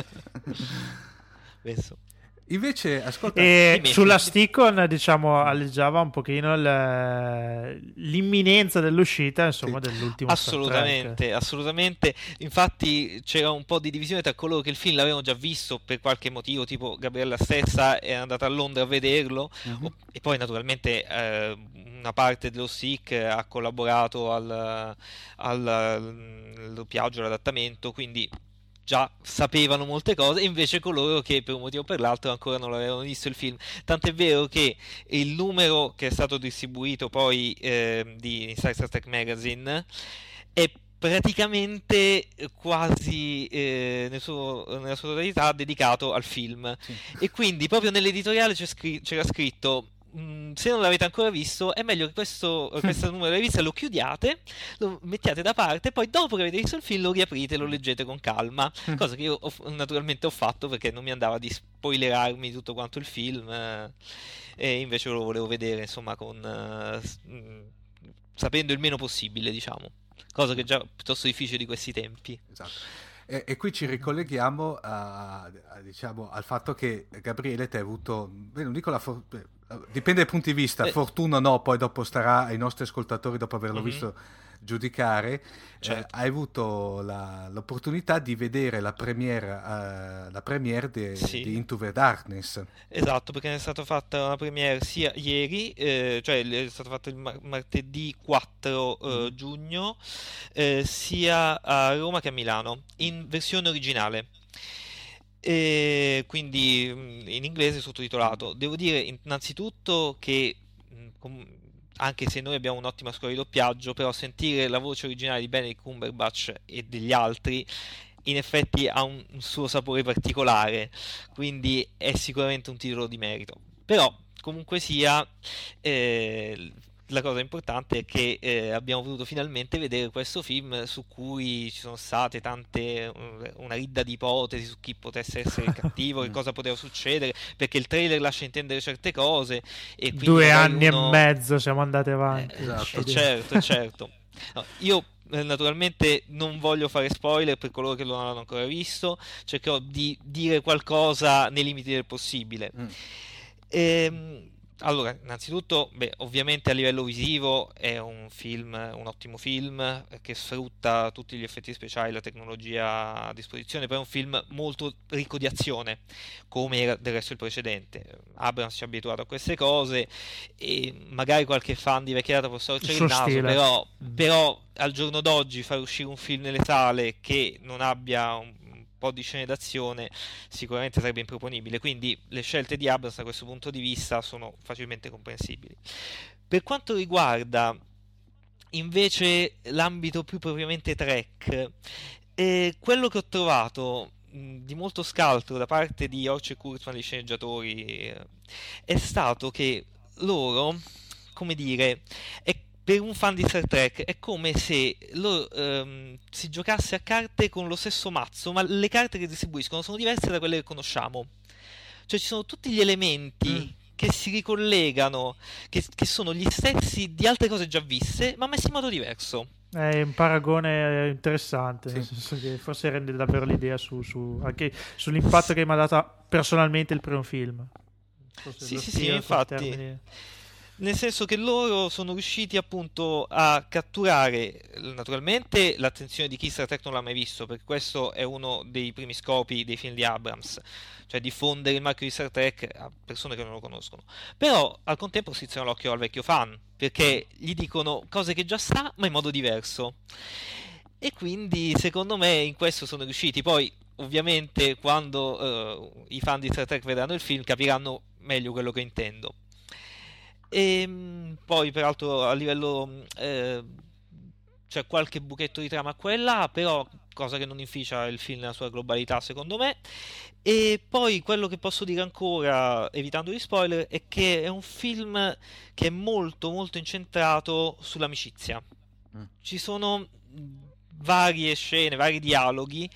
Penso. Invece, ascolta, E Dimmi. sulla Sticon, diciamo, alleggiava un pochino l'imminenza dell'uscita, insomma, Sì. dell'ultimo Star Trek. Assolutamente. Infatti c'era un po' di divisione tra coloro che il film l'avevano già visto per qualche motivo, tipo Gabriella stessa è andata a Londra a vederlo, e poi naturalmente una parte dello SIC ha collaborato al doppiaggio, all'adattamento, quindi già sapevano molte cose, invece coloro che per un motivo o per l'altro ancora non l'avevano visto il film. Tant'è vero che il numero che è stato distribuito poi di Star Trek Magazine è praticamente quasi nella sua totalità dedicato al film. Sì. E quindi proprio nell'editoriale c'era scritto: se non l'avete ancora visto, è meglio che questo numero della rivista lo chiudiate, lo mettiate da parte, poi dopo che avete visto il film lo riaprite e lo leggete con calma. Cosa che io naturalmente ho fatto, perché non mi andava di spoilerarmi tutto quanto il film, e invece lo volevo vedere, insomma, sapendo il meno possibile, diciamo. Cosa che è già piuttosto difficile di questi tempi. Esatto. E qui ci ricolleghiamo diciamo, al fatto che Gabriele ti ha avuto, non dico dipende dai punti di vista, fortuna no, poi dopo starà ai nostri ascoltatori, dopo averlo visto, giudicare. Certo. Hai avuto l'opportunità di vedere la premiere di Into the Darkness. Esatto, perché ne è stata fatta una premiere sia ieri, cioè è stata fatta il martedì 4 giugno, sia a Roma che a Milano, in versione originale. E quindi in inglese sottotitolato. Devo dire innanzitutto che anche se noi abbiamo un'ottima scuola di doppiaggio, però sentire la voce originale di Benedict Cumberbatch e degli altri in effetti ha un suo sapore particolare, quindi è sicuramente un titolo di merito. Però comunque sia, la cosa importante è che abbiamo potuto finalmente vedere questo film su cui ci sono state una ridda di ipotesi su chi potesse essere il cattivo, che cosa poteva succedere, perché il trailer lascia intendere certe cose e quindi 2 magari anni e mezzo siamo andati avanti. Esatto. certo. No, io naturalmente non voglio fare spoiler per coloro che non l'hanno ancora visto, cercherò di dire qualcosa nei limiti del possibile. Allora, innanzitutto, ovviamente a livello visivo è un ottimo film che sfrutta tutti gli effetti speciali, la tecnologia a disposizione, però è un film molto ricco di azione, come era del resto il precedente. Abrams ci ha abituato a queste cose e magari qualche fan di vecchia data può storcere il naso, però al giorno d'oggi far uscire un film nelle sale che non abbia un po' di scene d'azione sicuramente sarebbe improponibile, quindi le scelte di Abrams da questo punto di vista sono facilmente comprensibili. Per quanto riguarda invece l'ambito più propriamente Trek, quello che ho trovato di molto scaltro da parte di Orch e Kurtzman, gli sceneggiatori, è stato che loro, come dire, per un fan di Star Trek è come se si giocasse a carte con lo stesso mazzo, ma le carte che distribuiscono sono diverse da quelle che conosciamo. Cioè ci sono tutti gli elementi che si ricollegano, che sono gli stessi di altre cose già viste, ma messi in modo diverso. È un paragone interessante, Sì. nel senso che forse rende davvero l'idea anche sull'impatto che mi ha dato personalmente il primo film. Sì, infatti. Nel senso che loro sono riusciti appunto a catturare naturalmente l'attenzione di chi Star Trek non l'ha mai visto, perché questo è uno dei primi scopi dei film di Abrams, cioè diffondere il marchio di Star Trek a persone che non lo conoscono. Però al contempo strizzano l'occhio al vecchio fan, perché gli dicono cose che già sa ma in modo diverso. e quindi secondo me in questo sono riusciti. Poi ovviamente quando i fan di Star Trek vedranno il film capiranno meglio quello che intendo. E poi peraltro a livello c'è qualche buchetto di trama qua e là, però cosa che non inficia il film nella sua globalità secondo me. E poi quello che posso dire ancora, evitando gli spoiler, è che è un film che è molto molto incentrato sull'amicizia. Ci sono varie scene, vari dialoghi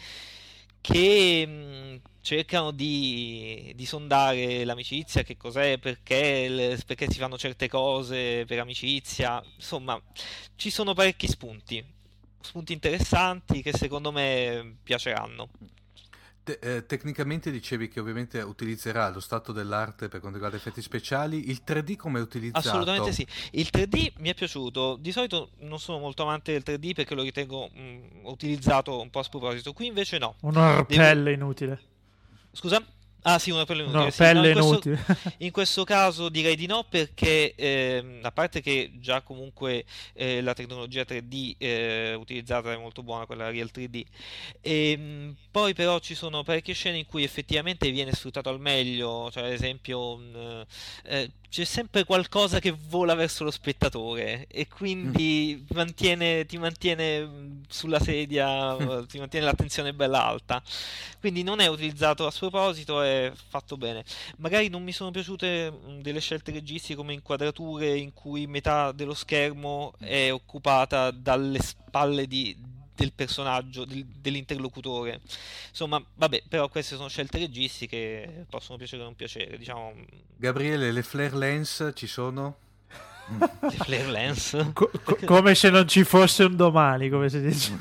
che cercano di sondare l'amicizia, che cos'è, perché si fanno certe cose per amicizia. Insomma, ci sono parecchi spunti interessanti che secondo me piaceranno. Tecnicamente dicevi che ovviamente utilizzerà lo stato dell'arte per quanto riguarda effetti speciali. Il 3D come è utilizzato? Assolutamente sì, il 3D mi è piaciuto. Di solito non sono molto amante del 3D perché lo ritengo utilizzato un po' a sproposito. Qui invece no. Un orpello inutile. Scusa? Ah sì, una pelle inutile. No, Sì. pelle No, inutile. in questo caso direi di no perché a parte che già comunque la tecnologia 3D utilizzata è molto buona, quella Real 3D, poi però ci sono parecchie scene in cui effettivamente viene sfruttato al meglio, cioè ad esempio c'è sempre qualcosa che vola verso lo spettatore e quindi ti mantiene sulla sedia, ti mantiene l'attenzione bella alta, quindi non è utilizzato a sproposito, è fatto bene. Magari non mi sono piaciute delle scelte registiche come inquadrature in cui metà dello schermo è occupata dalle spalle del personaggio, dell'interlocutore. Insomma, vabbè, però queste sono scelte registiche che possono piacere o non piacere, diciamo. Gabriele, le flare lens ci sono? Le flare lens? Come se non ci fosse un domani, come si dice.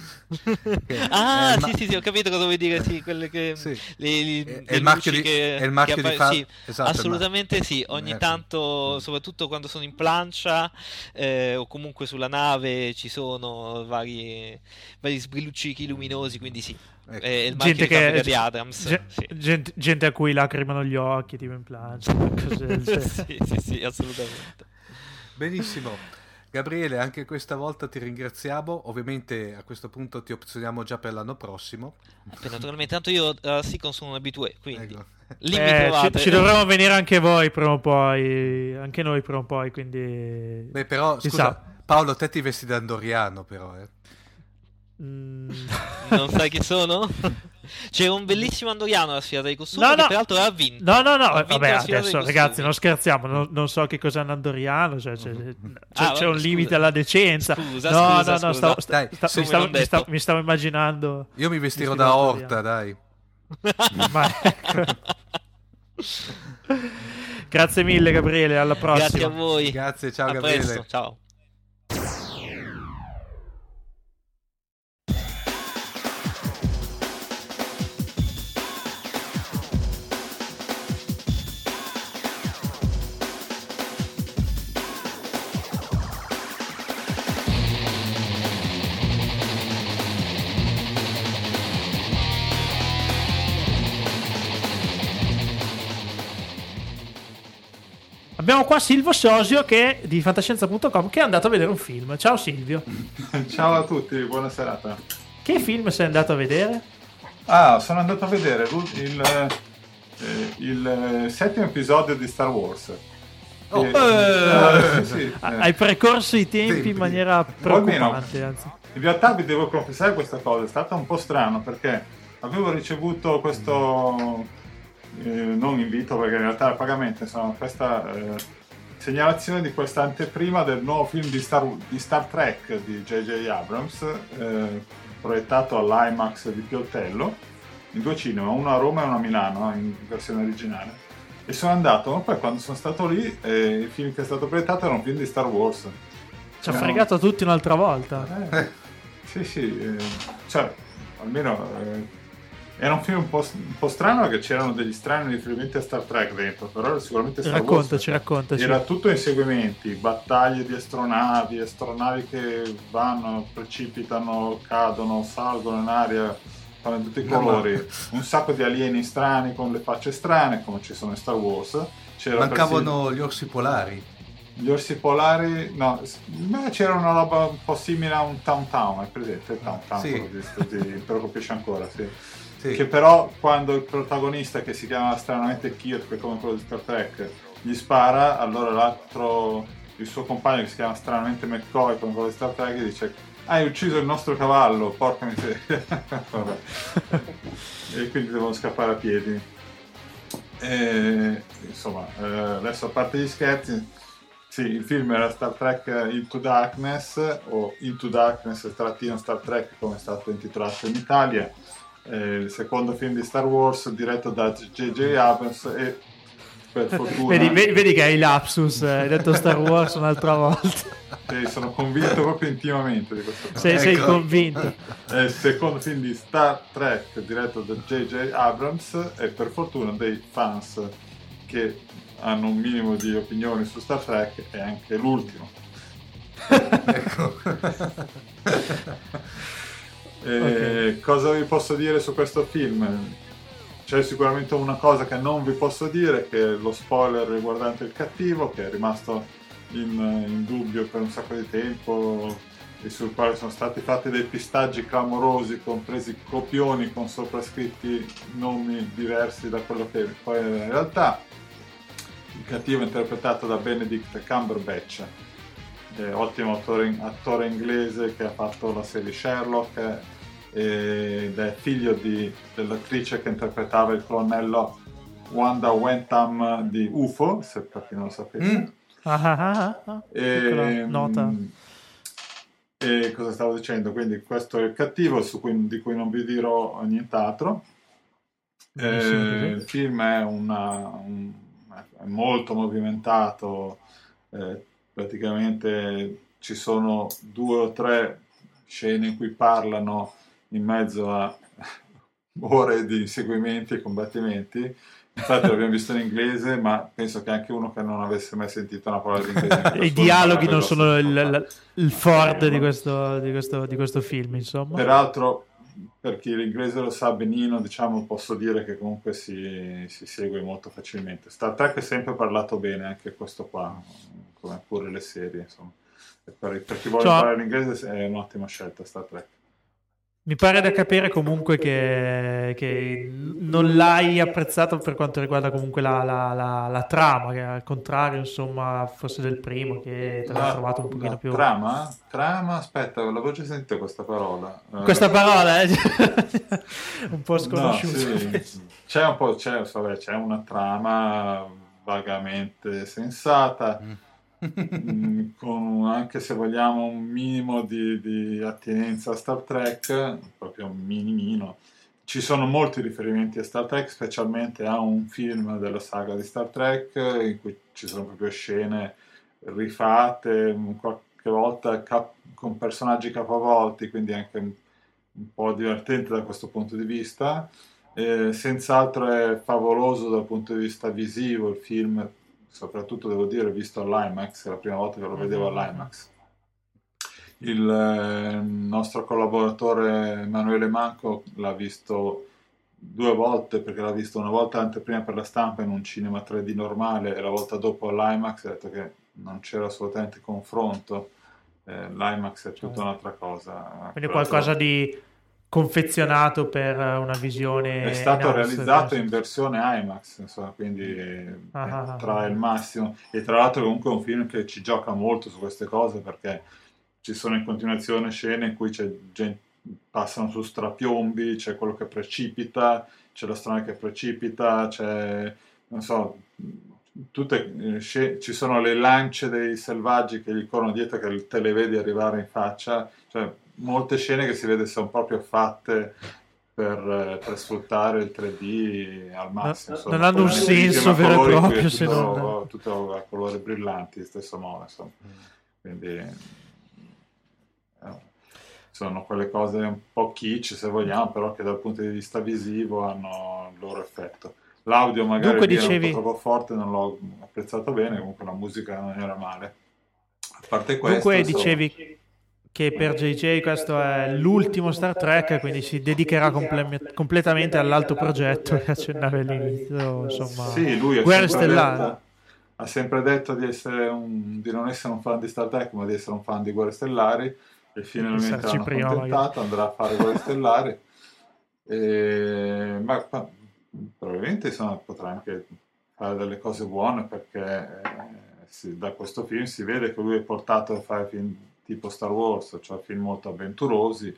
Sì, ho capito cosa vuoi dire, sì, quelle che sì. è il marchio di sì, esatto, assolutamente sì, ogni tanto, soprattutto quando sono in plancia o comunque sulla nave ci sono vari sbrilluccichi luminosi, quindi sì. Ecco. È il marchio di fabbrica di Adams. Gente a cui lacrimano gli occhi, tipo in plancia. sì, assolutamente. Benissimo. Gabriele, anche questa volta ti ringraziamo. Ovviamente a questo punto ti opzioniamo già per l'anno prossimo. Naturalmente, tanto io a Sicon sono un abitué, quindi Ecco. lì mi trovate. Ci dovremo venire anche voi prima o poi, anche noi prima o poi, quindi... Beh, però, scusa, Paolo, te ti vesti da Andoriano, però, Non sai chi sono? C'era un bellissimo Andoriano alla sfida dei costumi che peraltro ha vinto. No, vabbè, adesso ragazzi non scherziamo, non so che cos'è un Andoriano, c'è un limite alla decenza. Scusa. Mi stavo immaginando. Io mi vestirò da Orta, dai. Ma ecco. Grazie mille Gabriele, alla prossima. Grazie a voi. Grazie, ciao a Gabriele. Presto, ciao. Abbiamo qua Silvio Sosio di fantascienza.com che è andato a vedere un film. Ciao Silvio. Ciao a tutti, buona serata. Che film sei andato a vedere? Sono andato a vedere il settimo episodio di Star Wars. Hai precorso i tempi in maniera preoccupante. Anzi. In realtà vi devo confessare questa cosa, è stato un po' strano perché avevo ricevuto questo... non invito perché in realtà è a pagamento, insomma, questa segnalazione di questa anteprima del nuovo film di Star Trek di J.J. Abrams, proiettato all'IMAX di Pioltello in due cinema, uno a Roma e uno a Milano in versione originale, e sono andato, ma poi quando sono stato lì il film che è stato proiettato era un film di Star Wars. Ci ha fregato tutti un'altra volta. Cioè almeno era un film un po' strano perché c'erano degli strani riferimenti a Star Trek dentro, però era sicuramente Star Wars. Raccontaci. Era tutto inseguimenti, battaglie di astronavi che vanno, precipitano, cadono, salgono in aria, fanno tutti i colori, un sacco di alieni strani con le facce strane come ci sono in Star Wars. Mancavano gli orsi polari. Gli orsi polari, no, c'era una roba un po' simile a un Town Town, è presente? Il Town Town, Sì. quello visto, però colpisce ancora, sì. Sì. Che però quando il protagonista, che si chiama stranamente Kirk, come quello di Star Trek, gli spara, allora l'altro, il suo compagno, che si chiama stranamente McCoy, come quello di Star Trek, gli dice: hai ucciso il nostro cavallo, porca miseria. Vabbè. E quindi devono scappare a piedi. Insomma, adesso a parte gli scherzi, sì, il film era Star Trek Into Darkness, o Into Darkness Star Trek come è stato intitolato in Italia, il secondo film di Star Wars diretto da J.J. Abrams, e per fortuna vedi che hai lapsus, hai detto Star Wars un'altra volta. sono convinto proprio intimamente di questo film. Sei convinto. È il secondo film di Star Trek diretto da J.J. Abrams, e per fortuna dei fans che hanno un minimo di opinioni su Star Trek è anche l'ultimo. Ecco. Okay. Cosa vi posso dire su questo film? C'è sicuramente una cosa che non vi posso dire, che è lo spoiler riguardante il cattivo, che è rimasto in dubbio per un sacco di tempo, e sul quale sono stati fatti dei pistaggi clamorosi, compresi copioni con soprascritti nomi diversi da quello che poi era in realtà. Il cattivo è interpretato da Benedict Cumberbatch, ottimo attore inglese che ha fatto la serie Sherlock, ed è figlio dell'attrice che interpretava il colonnello Wanda Wentham di UFO, se per chi non lo sapesse. Nota. E cosa stavo dicendo? Quindi questo è il cattivo, di cui non vi dirò nient'altro. Il film è è molto movimentato, praticamente ci sono 2 o 3 scene in cui parlano in mezzo a ore di inseguimenti e combattimenti. Infatti l'abbiamo visto in inglese, ma penso che anche uno che non avesse mai sentito una parola di inglese i dialoghi non sono il Ford di questo film, insomma. Peraltro, per chi l'inglese lo sa benino, diciamo, posso dire che comunque si segue molto facilmente. Star Trek è sempre parlato bene, anche questo qua, come pure le serie, insomma. E per chi vuole imparare l'inglese è un'ottima scelta Star Trek. Mi pare da capire comunque che non l'hai apprezzato per quanto riguarda comunque la trama, che al contrario, insomma, forse del primo, che te l'ha trovato un pochino più... Trama? Aspetta, l'avevo già sentita questa parola. Questa parola è un po' sconosciuta. No, sì. C'è una trama vagamente sensata, con anche, se vogliamo, un minimo di attinenza a Star Trek, proprio un minimino. Ci sono molti riferimenti a Star Trek, specialmente a un film della saga di Star Trek in cui ci sono proprio scene rifatte, qualche volta con personaggi capovolti, quindi anche un po' divertente da questo punto di vista. Senz'altro è favoloso dal punto di vista visivo il film, soprattutto devo dire visto all'IMAX, è la prima volta che lo vedevo all'IMAX. Il nostro collaboratore Emanuele Manco l'ha visto 2 volte, perché l'ha visto una volta anteprima per la stampa in un cinema 3D normale e la volta dopo all'IMAX. Ha detto che non c'era assolutamente confronto, l'IMAX è tutta un'altra cosa. Quindi qualcosa di confezionato per una visione. È stato realizzato in versione IMAX, insomma, quindi trae il massimo. E tra l'altro comunque è un film che ci gioca molto su queste cose, perché ci sono in continuazione scene in cui c'è gente, passano su strapiombi, c'è quello che precipita, c'è l'astronave che precipita, c'è, non so, ci sono le lance dei selvaggi che gli corrono dietro, che te le vedi arrivare in faccia, cioè molte scene che si vede sono proprio fatte per sfruttare il 3D al massimo. Insomma, non hanno un senso vero e proprio, se non tutto a colori brillanti, stesso modo, insomma. Quindi sono quelle cose un po' kitsch, se vogliamo, però che dal punto di vista visivo hanno il loro effetto. L'audio magari era un po' troppo forte, non l'ho apprezzato bene, comunque la musica non era male. A parte questo, dunque dicevi che per JJ questo è l'ultimo Star Trek, quindi si dedicherà completamente all'altro progetto che accennavi all'inizio, insomma, sì, lui è Guerre Stellari. ha sempre detto di non essere un fan di Star Trek, ma di essere un fan di Guerre Stellari, e finalmente l'hanno accontentato, andrà a fare Guerre Stellari. Ma probabilmente potrà anche fare delle cose buone, perché da questo film si vede che lui è portato a fare film tipo Star Wars, cioè film molto avventurosi,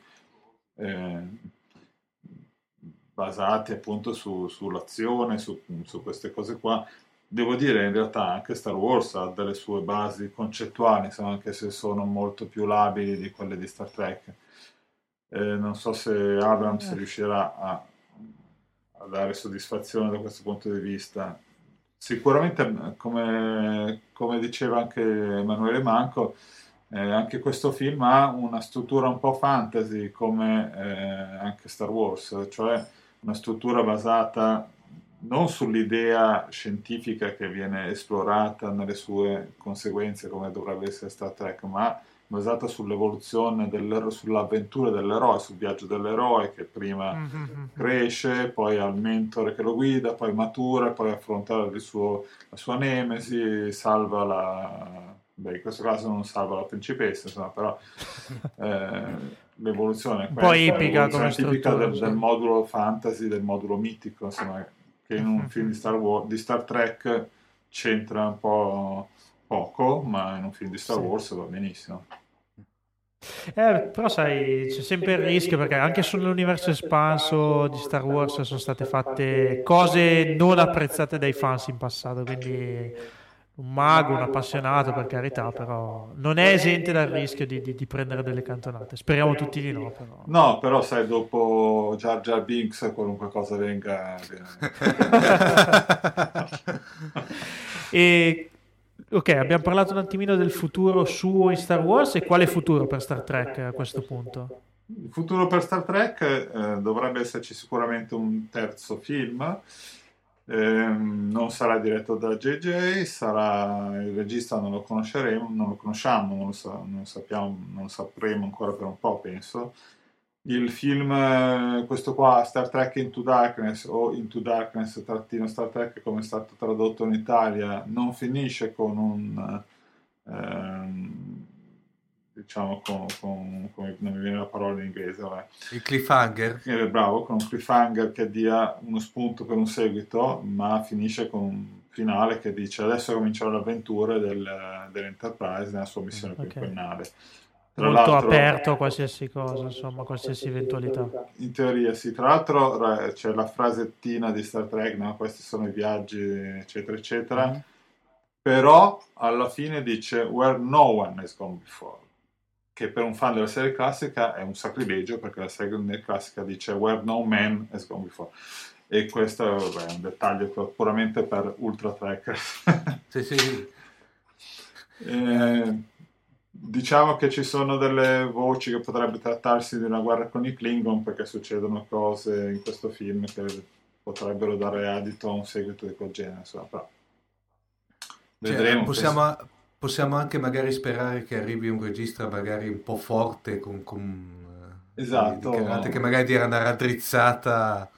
basati appunto sull'azione, su queste cose qua. Devo dire, in realtà anche Star Wars ha delle sue basi concettuali, insomma, anche se sono molto più labili di quelle di Star Trek. Non so se Abrams riuscirà a dare soddisfazione da questo punto di vista. Sicuramente, come diceva anche Emanuele Manco, anche questo film ha una struttura un po' fantasy, come anche Star Wars, cioè una struttura basata non sull'idea scientifica che viene esplorata nelle sue conseguenze, come dovrebbe essere Star Trek, ma basata sull'evoluzione, sull'avventura dell'eroe, sul viaggio dell'eroe che prima cresce, poi ha il mentore che lo guida, poi matura, poi affronta la sua nemesi, salva in questo caso non salva la principessa, insomma, però l'evoluzione è questa, l'evoluzione tipica del modulo fantasy, del modulo mitico, insomma, che in un film di Star Trek c'entra un po' poco, ma in un film di Star Wars va benissimo. Però sai, c'è sempre il rischio, perché anche sull'universo espanso di Star Wars sono state fatte cose non apprezzate dai fans in passato, quindi un mago, un appassionato, per carità, però non è esente dal rischio di prendere delle cantonate. Speriamo tutti di no, però. No, però sai, dopo Jar Jar Binks qualunque cosa venga. Ok, abbiamo parlato un attimino del futuro suo in Star Wars, e quale futuro per Star Trek a questo punto? Il futuro per Star Trek dovrebbe esserci sicuramente un terzo film. Non sarà diretto da JJ, il regista non lo conosceremo, non lo conosciamo, non lo sapremo ancora per un po', penso. Il film, questo qua, Star Trek Into Darkness, o Into Darkness _ Star Trek, come è stato tradotto in Italia, non finisce con un diciamo come non mi viene la parola in inglese, vabbè. Il cliffhanger, bravo, con un cliffhanger che dia uno spunto per un seguito, ma finisce con un finale che dice adesso comincerà l'avventura dell'Enterprise nella sua missione quinquennale. Molto aperto a qualsiasi cosa, insomma, qualsiasi eventualità. In teoria sì. Tra l'altro c'è la frasettina di Star Trek, no? Questi sono i viaggi, eccetera eccetera, però alla fine dice where no one has gone before, che per un fan della serie classica è un sacrilegio, perché la serie classica dice where no man has gone before, e questo è un dettaglio puramente per ultra trackers. sì. Diciamo che ci sono delle voci che potrebbe trattarsi di una guerra con i Klingon, perché succedono cose in questo film che potrebbero dare adito a un seguito di quel genere, insomma, però vedremo. Possiamo anche magari sperare che arrivi un regista magari un po' forte esatto, che magari dia una raddrizzata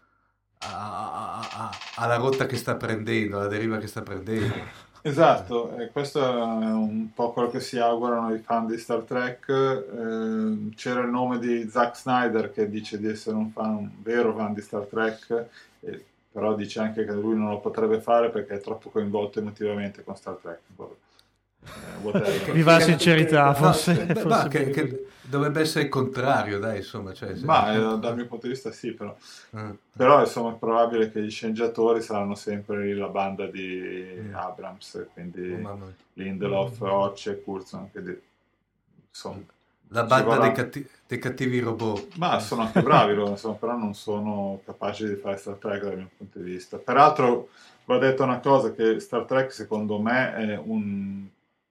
alla rotta che sta prendendo, alla deriva che sta prendendo. Esatto, questo è un po' quello che si augurano i fan di Star Trek. C'era il nome di Zack Snyder, che dice di essere un vero fan di Star Trek, però dice anche che lui non lo potrebbe fare perché è troppo coinvolto emotivamente con Star Trek. Viva la sincerità, forse che dovrebbe essere il contrario, dai, insomma, ma dal mio punto di vista sì, però insomma è probabile che gli sceneggiatori saranno sempre la banda di Abrams, quindi Lindelof, Horch e Curzon, quindi insomma la banda dei cattivi robot. Ma sono anche bravi loro, insomma, però non sono capaci di fare Star Trek dal mio punto di vista. Peraltro va detto una cosa, che Star Trek secondo me è un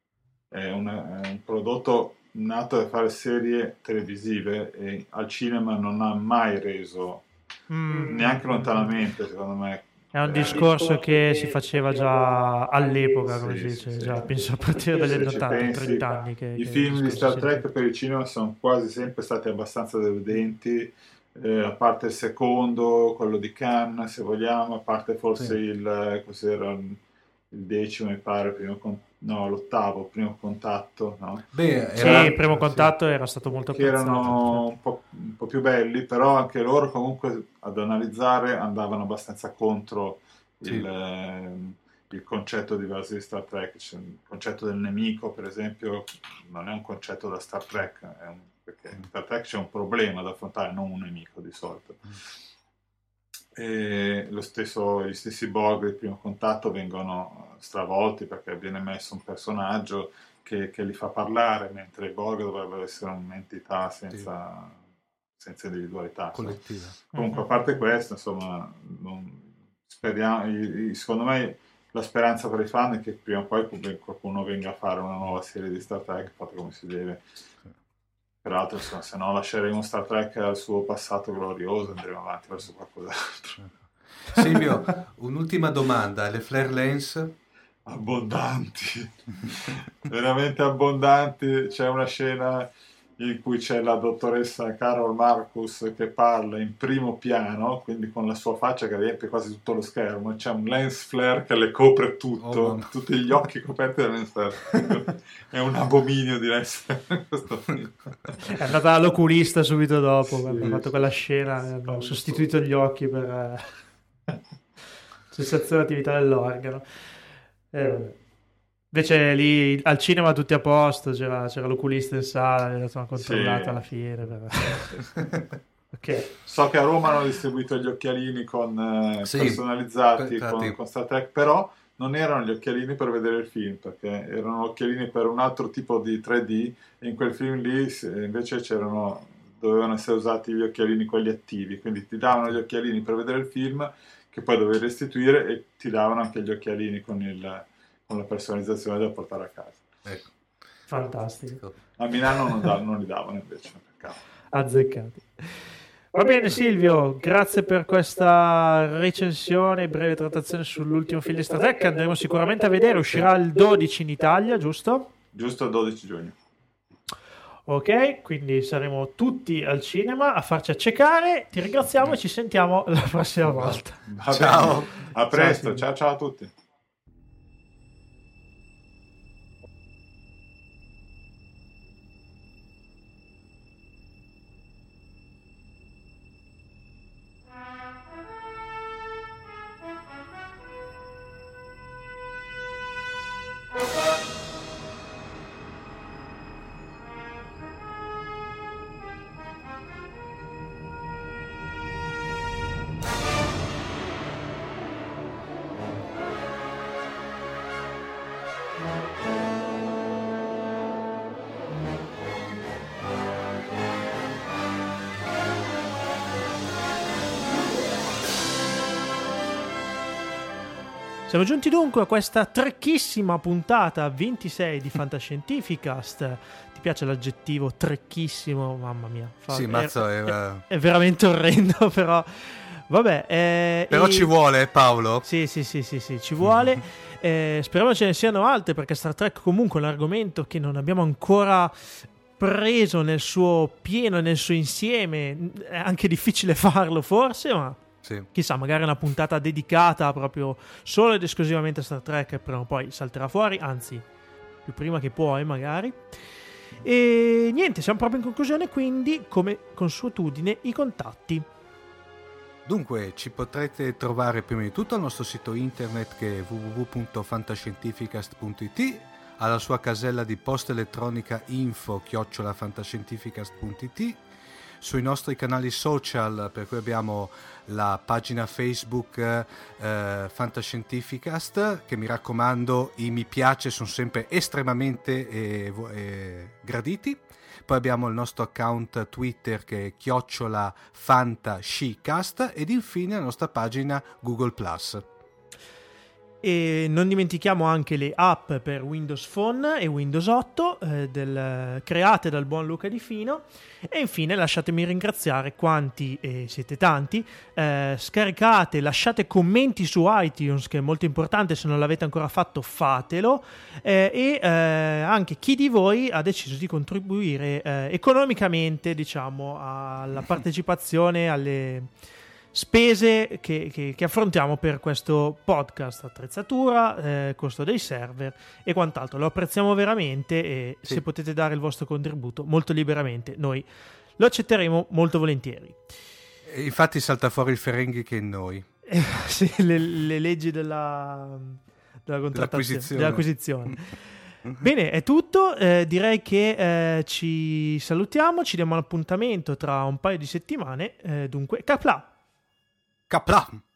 prodotto nato per fare serie televisive, e al cinema non ha mai reso neanche lontanamente, secondo me. È un discorso che si faceva già all'epoca, come si dice, già penso a partire dagli anni 80, 30 anni. I film di Star Trek per il cinema sono quasi sempre stati abbastanza deludenti, a parte il secondo, quello di Cannes, se vogliamo, a parte forse il 10° mi pare, l'8° primo contatto, no? Il primo contatto era stato molto apprezzato, erano un po' più belli, però anche loro comunque ad analizzare andavano abbastanza contro il concetto diverso di Star Trek. Cioè, il concetto del nemico, per esempio, non è un concetto da Star Trek, perché in Star Trek c'è un problema da affrontare, non un nemico di solito. E gli stessi Borg del primo contatto vengono stravolti perché viene messo un personaggio che li fa parlare, mentre i Borg dovrebbero essere un'entità senza individualità collettiva. Comunque, a parte questo, insomma, secondo me la speranza per i fan è che prima o poi qualcuno venga a fare una nuova serie di Star Trek fatta come si deve. Peraltro, insomma, se no lasceremo Star Trek al suo passato glorioso e andremo avanti verso qualcos'altro. Silvio, un'ultima domanda. Le flare lens? Abbondanti, veramente abbondanti. C'è una scena in cui c'è la dottoressa Carol Marcus che parla in primo piano, quindi con la sua faccia che riempie quasi tutto lo schermo, c'è un lens flare che le copre tutto, tutti gli occhi coperti da lens flare. È un abominio di essere questo film. È andata all'oculista subito dopo, quando ha fatto quella scena, hanno sostituito gli occhi per cessazione dell'attività dell'organo. Invece lì al cinema tutti a posto, c'era l'oculista in sala, l'ha controllata alla fine. Okay. So che a Roma hanno distribuito gli occhialini personalizzati con Star Trek, però non erano gli occhialini per vedere il film, perché erano occhialini per un altro tipo di 3D, e in quel film lì invece dovevano essere usati gli occhialini quelli attivi, quindi ti davano gli occhialini per vedere il film che poi dovevi restituire, e ti davano anche gli occhialini con la personalizzazione da portare a casa. Ecco. Fantastico. A Milano non li davano invece, peccato. Azzeccati. Va bene Silvio, grazie per questa recensione e breve trattazione sull'ultimo film di Star Trek. Andremo sicuramente a vedere, uscirà il 12 in Italia, giusto? Giusto, il 12 giugno. Ok, quindi saremo tutti al cinema a farci accecare. Ti ringraziamo e ci sentiamo la prossima volta. Ciao. A presto, ciao a tutti. Siamo giunti dunque a questa trecchissima puntata 26 di Fantascientificast. Ti piace l'aggettivo trecchissimo? Mamma mia. Sì, mazzo, è veramente orrendo, però vabbè. Però ci vuole, Paolo? Sì, ci vuole. Speriamo ce ne siano altre, perché Star Trek comunque è un argomento che non abbiamo ancora preso nel suo pieno e nel suo insieme. È anche difficile farlo forse, ma chissà, magari una puntata dedicata proprio solo ed esclusivamente a Star Trek prima o poi salterà fuori, anzi più prima che puoi magari. E niente, siamo proprio in conclusione, quindi come consuetudine i contatti. Dunque ci potrete trovare prima di tutto al nostro sito internet, che è www.fantascientificast.it, alla sua casella di posta elettronica info@fantascientificast.it, sui nostri canali social, per cui abbiamo la pagina Facebook Fantascientificast, che mi raccomando i mi piace sono sempre estremamente graditi. Poi abbiamo il nostro account Twitter, che è @fantascicast, ed infine la nostra pagina Google+. E non dimentichiamo anche le app per Windows Phone e Windows 8 create dal buon Luca Di Fino. E infine lasciatemi ringraziare quanti, siete tanti, scaricate, lasciate commenti su iTunes, che è molto importante. Se non l'avete ancora fatto, fatelo. E anche chi di voi ha deciso di contribuire economicamente, diciamo, alla partecipazione alle spese che affrontiamo per questo podcast, attrezzatura, costo dei server e quant'altro. Lo apprezziamo veramente e Sì. se potete dare il vostro contributo molto liberamente, noi lo accetteremo molto volentieri. E infatti salta fuori il Ferenghi che è in noi. Sì, le leggi della contrattazione, dell'acquisizione. Bene, è tutto. Direi che ci salutiamo, ci diamo l'appuntamento tra un paio di settimane. Dunque, Capla! Capla!